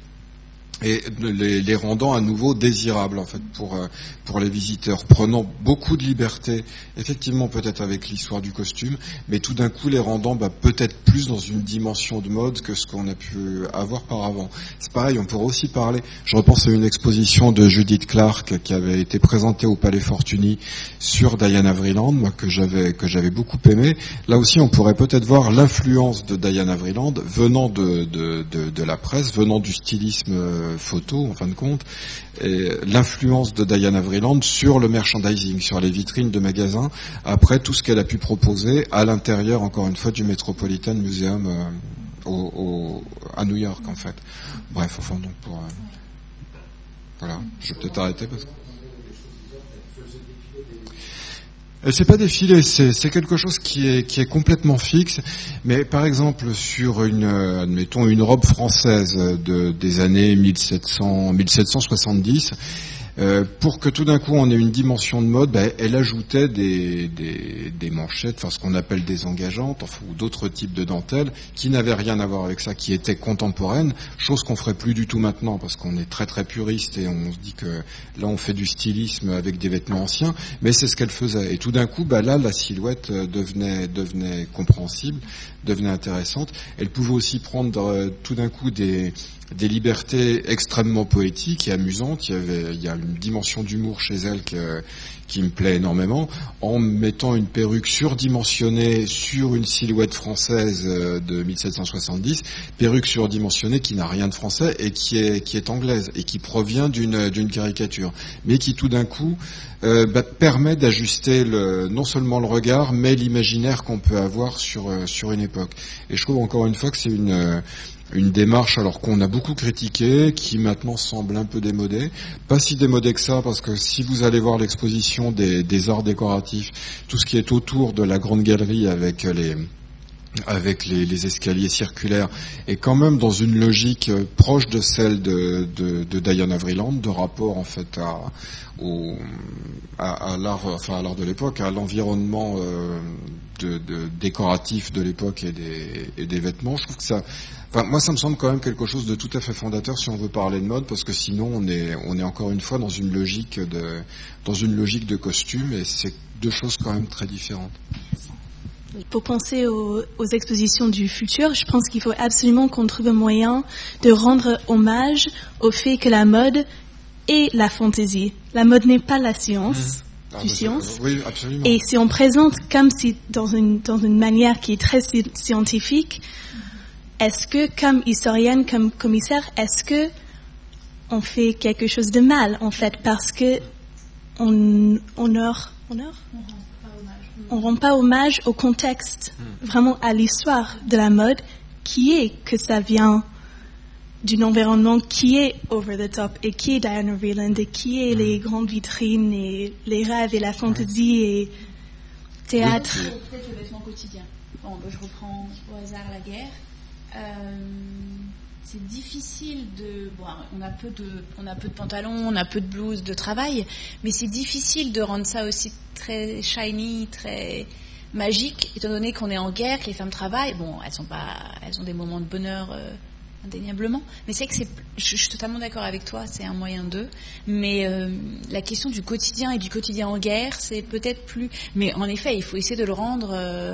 et les, les rendant à nouveau désirables en fait pour euh, pour les visiteurs, prenant beaucoup de liberté, effectivement peut-être avec l'histoire du costume, mais tout d'un coup les rendant bah, peut-être plus dans une dimension de mode que ce qu'on a pu avoir par avant. C'est pareil, on pourrait aussi parler, je repense à une exposition de Judith Clark qui avait été présentée au Palais Fortuny sur Diana Vreeland, moi que j'avais que j'avais beaucoup aimé. Là aussi on pourrait peut-être voir l'influence de Diana Vreeland venant de de de, de la presse, venant du stylisme photo en fin de compte, et l'influence de Diana Vreeland sur le merchandising, sur les vitrines de magasins, après tout ce qu'elle a pu proposer à l'intérieur, encore une fois, du Metropolitan Museum euh, au, au, à New York en fait. Bref, enfin donc pour... Euh, voilà, je vais peut-être arrêter parce que... Elle s'est pas défilée, c'est, c'est quelque chose qui est, qui est complètement fixe. Mais par exemple sur une, euh, admettons une robe française de, des années mille sept cents, mille sept cent soixante-dix, euh, pour que tout d'un coup on ait une dimension de mode, bah, elle ajoutait des, des, des manchettes, enfin ce qu'on appelle des engageantes, enfin, ou d'autres types de dentelles qui n'avaient rien à voir avec ça, qui étaient contemporaines, chose qu'on ferait plus du tout maintenant parce qu'on est très très puriste et on se dit que là on fait du stylisme avec des vêtements anciens, mais c'est ce qu'elle faisait. Et tout d'un coup, bah là la silhouette devenait devenait compréhensible, devenait intéressante. Elle pouvait aussi prendre euh, tout d'un coup des des libertés extrêmement poétiques et amusantes. Il y avait, il y a une dimension d'humour chez elle que, qui me plaît énormément, en mettant une perruque surdimensionnée sur une silhouette française de mille sept cent soixante-dix, perruque surdimensionnée qui n'a rien de français et qui est qui est anglaise et qui provient d'une d'une caricature, mais qui tout d'un coup euh, bah, permet d'ajuster le, non seulement le regard, mais l'imaginaire qu'on peut avoir sur euh, sur une époque. Et je trouve encore une fois que c'est une euh, une démarche alors qu'on a beaucoup critiquée, qui maintenant semble un peu démodée. Pas si démodée que ça, parce que si vous allez voir l'exposition des, des arts décoratifs, tout ce qui est autour de la grande galerie avec les avec les, les escaliers circulaires, est quand même dans une logique proche de celle de, de, de Diana Vreeland, de rapport en fait à, au, à, à l'art, enfin à l'art de l'époque, à l'environnement euh, de, de décoratif de l'époque et des, et des vêtements. Je trouve que ça, enfin moi ça me semble quand même quelque chose de tout à fait fondateur si on veut parler de mode, parce que sinon on est, on est encore une fois dans une logique de, dans une logique de costume, et c'est deux choses quand même très différentes. Pour penser aux, aux expositions du futur, je pense qu'il faut absolument qu'on trouve un moyen de rendre hommage au fait que la mode est la fantaisie. La mode n'est pas la science, mmh. ah, du science. Oui, absolument. Et si on présente comme si dans une, dans une manière qui est très scientifique, est-ce que, comme historienne, comme commissaire, est-ce que on fait quelque chose de mal, en fait, parce que on honore, honore? On rend pas hommage au contexte, vraiment à l'histoire de la mode, qui est que ça vient d'un environnement qui est over the top, et qui est Diana Vreeland, et qui est les grandes vitrines, et les rêves, et la fantaisie, et théâtre. Oui, peut-être le vêtement quotidien. Bon, je reprends au hasard la guerre. Euh, c'est difficile de... Bon, on a peu de, on a peu de pantalons, on a peu de blouses de travail, mais c'est difficile de rendre ça aussi très shiny, très magique, étant donné qu'on est en guerre, que les femmes travaillent. Bon, elles sont pas, elles ont des moments de bonheur euh, indéniablement, mais c'est que c'est, je, je suis totalement d'accord avec toi, c'est un moyen d'eux, mais euh, la question du quotidien et du quotidien en guerre, c'est peut-être plus... Mais en effet, il faut essayer de le rendre... Euh,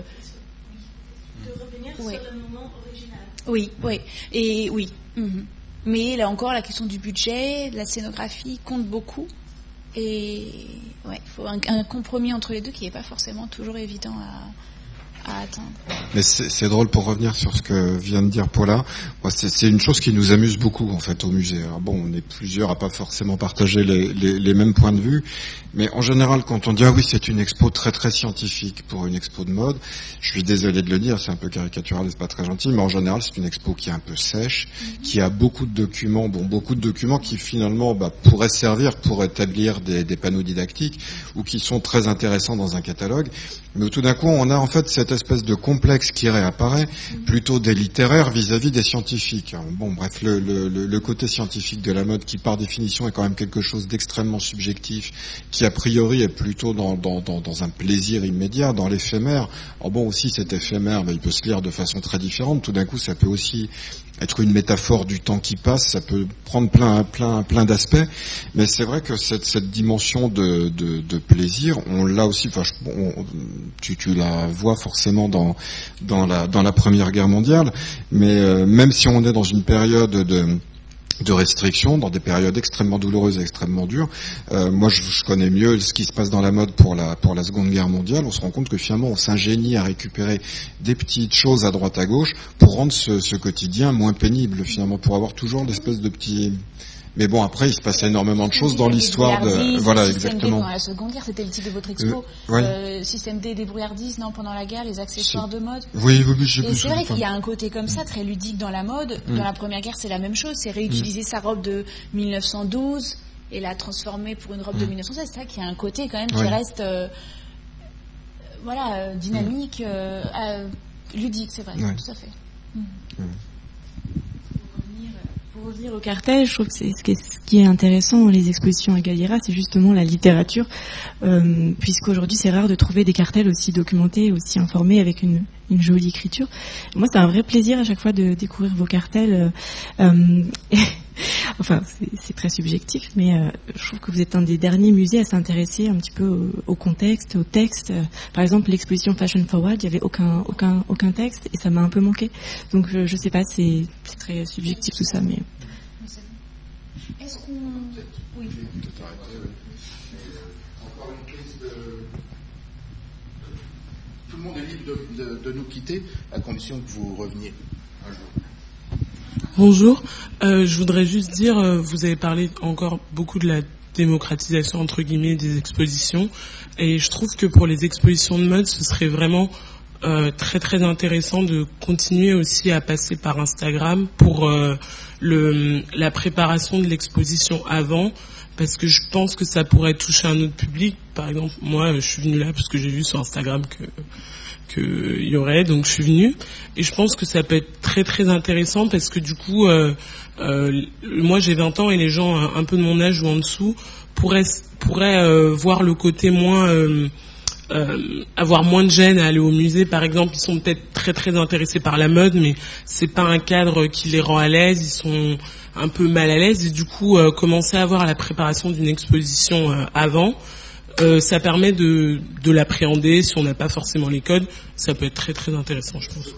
de revenir ouais. sur le moment original. Oui, oui, et oui. Mm-hmm. Mais là encore, la question du budget, la scénographie compte beaucoup. Et ouais, il faut un, un compromis entre les deux qui n'est pas forcément toujours évident à, à atteindre. Mais c'est, c'est drôle, pour revenir sur ce que vient de dire Paula. Moi, c'est, c'est une chose qui nous amuse beaucoup en fait au musée. Alors bon, on est plusieurs à pas forcément partager les, les, les mêmes points de vue, mais en général, quand on dit ah oui, c'est une expo très très scientifique pour une expo de mode, je suis désolé de le dire, c'est un peu caricatural, c'est pas très gentil, mais en général, c'est une expo qui est un peu sèche, mm-hmm. qui a beaucoup de documents, bon, beaucoup de documents qui finalement bah, pourraient servir pour établir des, des panneaux didactiques ou qui sont très intéressants dans un catalogue, mais où tout d'un coup, on a en fait cette espèce de complexe qui réapparaît, plutôt des littéraires vis-à-vis des scientifiques. Bon, bref, le, le, le côté scientifique de la mode, qui par définition est quand même quelque chose d'extrêmement subjectif, qui a priori est plutôt dans, dans, dans, dans un plaisir immédiat, dans l'éphémère. Alors bon, aussi cet éphémère, ben, il peut se lire de façon très différente. Tout d'un coup, ça peut aussi être une métaphore du temps qui passe, ça peut prendre plein, plein, plein d'aspects. Mais c'est vrai que cette, cette dimension de, de, de plaisir, on l'a aussi. Enfin, on, tu, tu la vois forcément dans, dans la, dans la Première Guerre mondiale. Mais euh, même si on est dans une période de de restrictions, dans des périodes extrêmement douloureuses et extrêmement dures. Euh, moi, je, je connais mieux ce qui se passe dans la mode pour la pour la Seconde Guerre mondiale. On se rend compte que finalement, on s'ingénie à récupérer des petites choses à droite à gauche pour rendre ce, ce quotidien moins pénible, finalement, pour avoir toujours l'espèce de petits... Mais bon, après, il se passe énormément de choses dans l'histoire de... Voilà, exactement. Pendant la Seconde Guerre, c'était le titre de votre expo. Euh, ouais. euh, Système D, débrouillardise, non, pendant la guerre, les accessoires c'est... de mode. Oui, oui, oui, j'ai Et c'est vrai qu'il y a un côté comme ça, très ludique dans la mode. Mm. Dans la Première Guerre, c'est la même chose. C'est réutiliser mm. sa robe de mille neuf cent douze et la transformer pour une robe mm. de mille neuf cent seize. C'est vrai qu'il y a un côté quand même qui ouais. reste, euh, voilà, euh, dynamique, euh, euh, ludique, c'est vrai, ouais. tout à fait. Mm. Mm. Pour revenir au cartel, je trouve que c'est ce qui est, ce qui est intéressant dans les expositions à Galliera, c'est justement la littérature, euh, puisqu'aujourd'hui c'est rare de trouver des cartels aussi documentés, aussi informés, avec une, une jolie écriture. Moi, c'est un vrai plaisir à chaque fois de découvrir vos cartels. Euh, et, enfin, c'est, c'est très subjectif, mais euh, je trouve que vous êtes un des derniers musées à s'intéresser un petit peu au, au contexte, au texte. Par exemple, l'exposition Fashion Forward, il n'y avait aucun, aucun, aucun texte, et ça m'a un peu manqué. Donc, je, je sais pas, c'est, c'est très subjectif tout ça, mais... Est-ce qu'on... Oui. encore une crise de... Tout le monde est libre de, de, de nous quitter, à condition que vous reveniez un jour. Bonjour, euh, je voudrais juste dire, euh, vous avez parlé encore beaucoup de la démocratisation entre guillemets des expositions, et je trouve que pour les expositions de mode, ce serait vraiment euh, très très intéressant de continuer aussi à passer par Instagram pour euh, le, la préparation de l'exposition avant, parce que je pense que ça pourrait toucher un autre public. Par exemple, moi, je suis venue là parce que j'ai vu sur Instagram que qu'il y aurait, donc je suis venue, et je pense que ça peut être très très intéressant parce que du coup, euh, euh, moi j'ai vingt ans et les gens un, un peu de mon âge ou en dessous pourraient, pourraient euh, voir le côté moins, euh, euh, avoir moins de gêne à aller au musée par exemple. Ils sont peut-être très très intéressés par la mode, mais c'est pas un cadre qui les rend à l'aise, ils sont un peu mal à l'aise, et du coup euh, commencer à voir la préparation d'une exposition euh, avant, Euh, ça permet de, de l'appréhender. Si on n'a pas forcément les codes, ça peut être très très intéressant, je pense.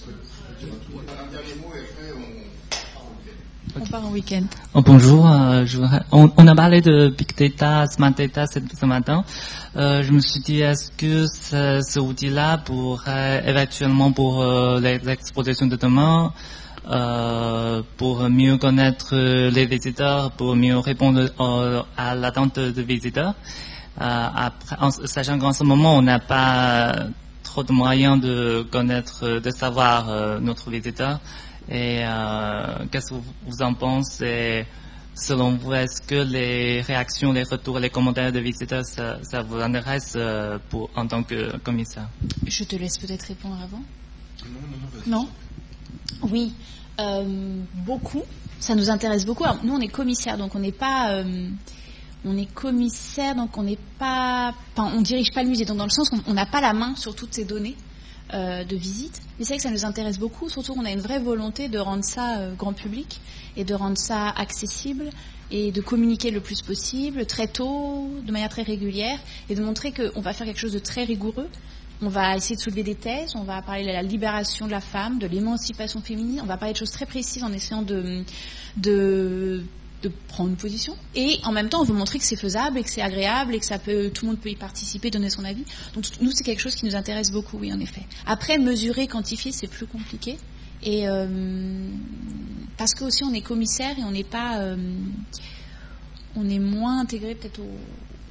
On part en week-end. Oh, bonjour, euh, je, on, on a parlé de Big Data, Smart Data ce, ce matin. Euh, je me suis dit, est-ce que ce, ce outil-là pourrait éventuellement pour euh, les expositions de demain, euh, pour mieux connaître les visiteurs, pour mieux répondre euh, à l'attente de visiteurs. Euh, après, en, sachant qu'en ce moment, on n'a pas trop de moyens de connaître, de savoir euh, notre visiteur. Et euh, qu'est-ce que vous, vous en pensez? Selon vous, est-ce que les réactions, les retours, les commentaires de visiteurs, ça, ça vous intéresse euh, pour, en tant que commissaire? Je te laisse peut-être répondre avant. Non, non, non. Non? Oui, euh, beaucoup. Ça nous intéresse beaucoup. Alors, nous, on est commissaire, donc on n'est pas... Euh, On est commissaire, donc on n'est pas, enfin, on dirige pas le musée, donc dans le sens qu'on n'a pas la main sur toutes ces données euh, de visite. Mais c'est vrai que ça nous intéresse beaucoup, surtout qu'on a une vraie volonté de rendre ça euh, grand public et de rendre ça accessible et de communiquer le plus possible, très tôt, de manière très régulière, et de montrer qu'on va faire quelque chose de très rigoureux. On va essayer de soulever des thèses, on va parler de la libération de la femme, de l'émancipation féminine, on va parler de choses très précises en essayant de... de de prendre une position, et en même temps on veut montrer que c'est faisable et que c'est agréable et que ça peut, tout le monde peut y participer, donner son avis. Donc nous c'est quelque chose qui nous intéresse beaucoup, oui, en effet. Après, mesurer, quantifier, c'est plus compliqué, et euh, parce que aussi on est commissaire et on n'est pas euh, on est moins intégré peut-être au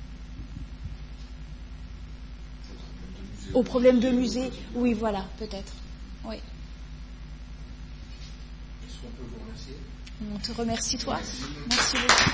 au problème de musée. Oui, voilà, peut-être, oui. On te remercie, toi. Merci beaucoup.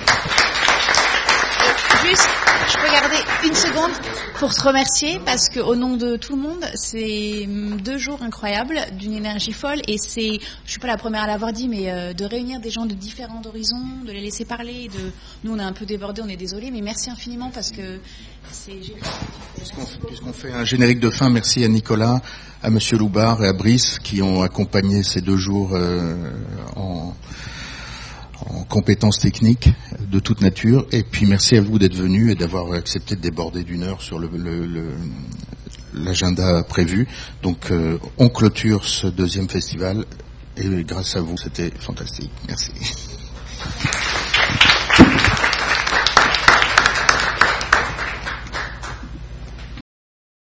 Juste, je peux garder une seconde pour te remercier, parce que au nom de tout le monde, c'est deux jours incroyables, d'une énergie folle, et c'est, je suis pas la première à l'avoir dit, mais euh, de réunir des gens de différents horizons, de les laisser parler, de, nous on est un peu débordés, on est désolés, mais merci infiniment parce que c'est génial. Puisqu'on, puisqu'on fait un générique de fin, merci à Nicolas, à Monsieur Loubard et à Brice qui ont accompagné ces deux jours euh, en en compétences techniques de toute nature, et puis merci à vous d'être venus et d'avoir accepté de déborder d'une heure sur le, le, le, l'agenda prévu. Donc euh, on clôture ce deuxième festival, et grâce à vous c'était fantastique. Merci.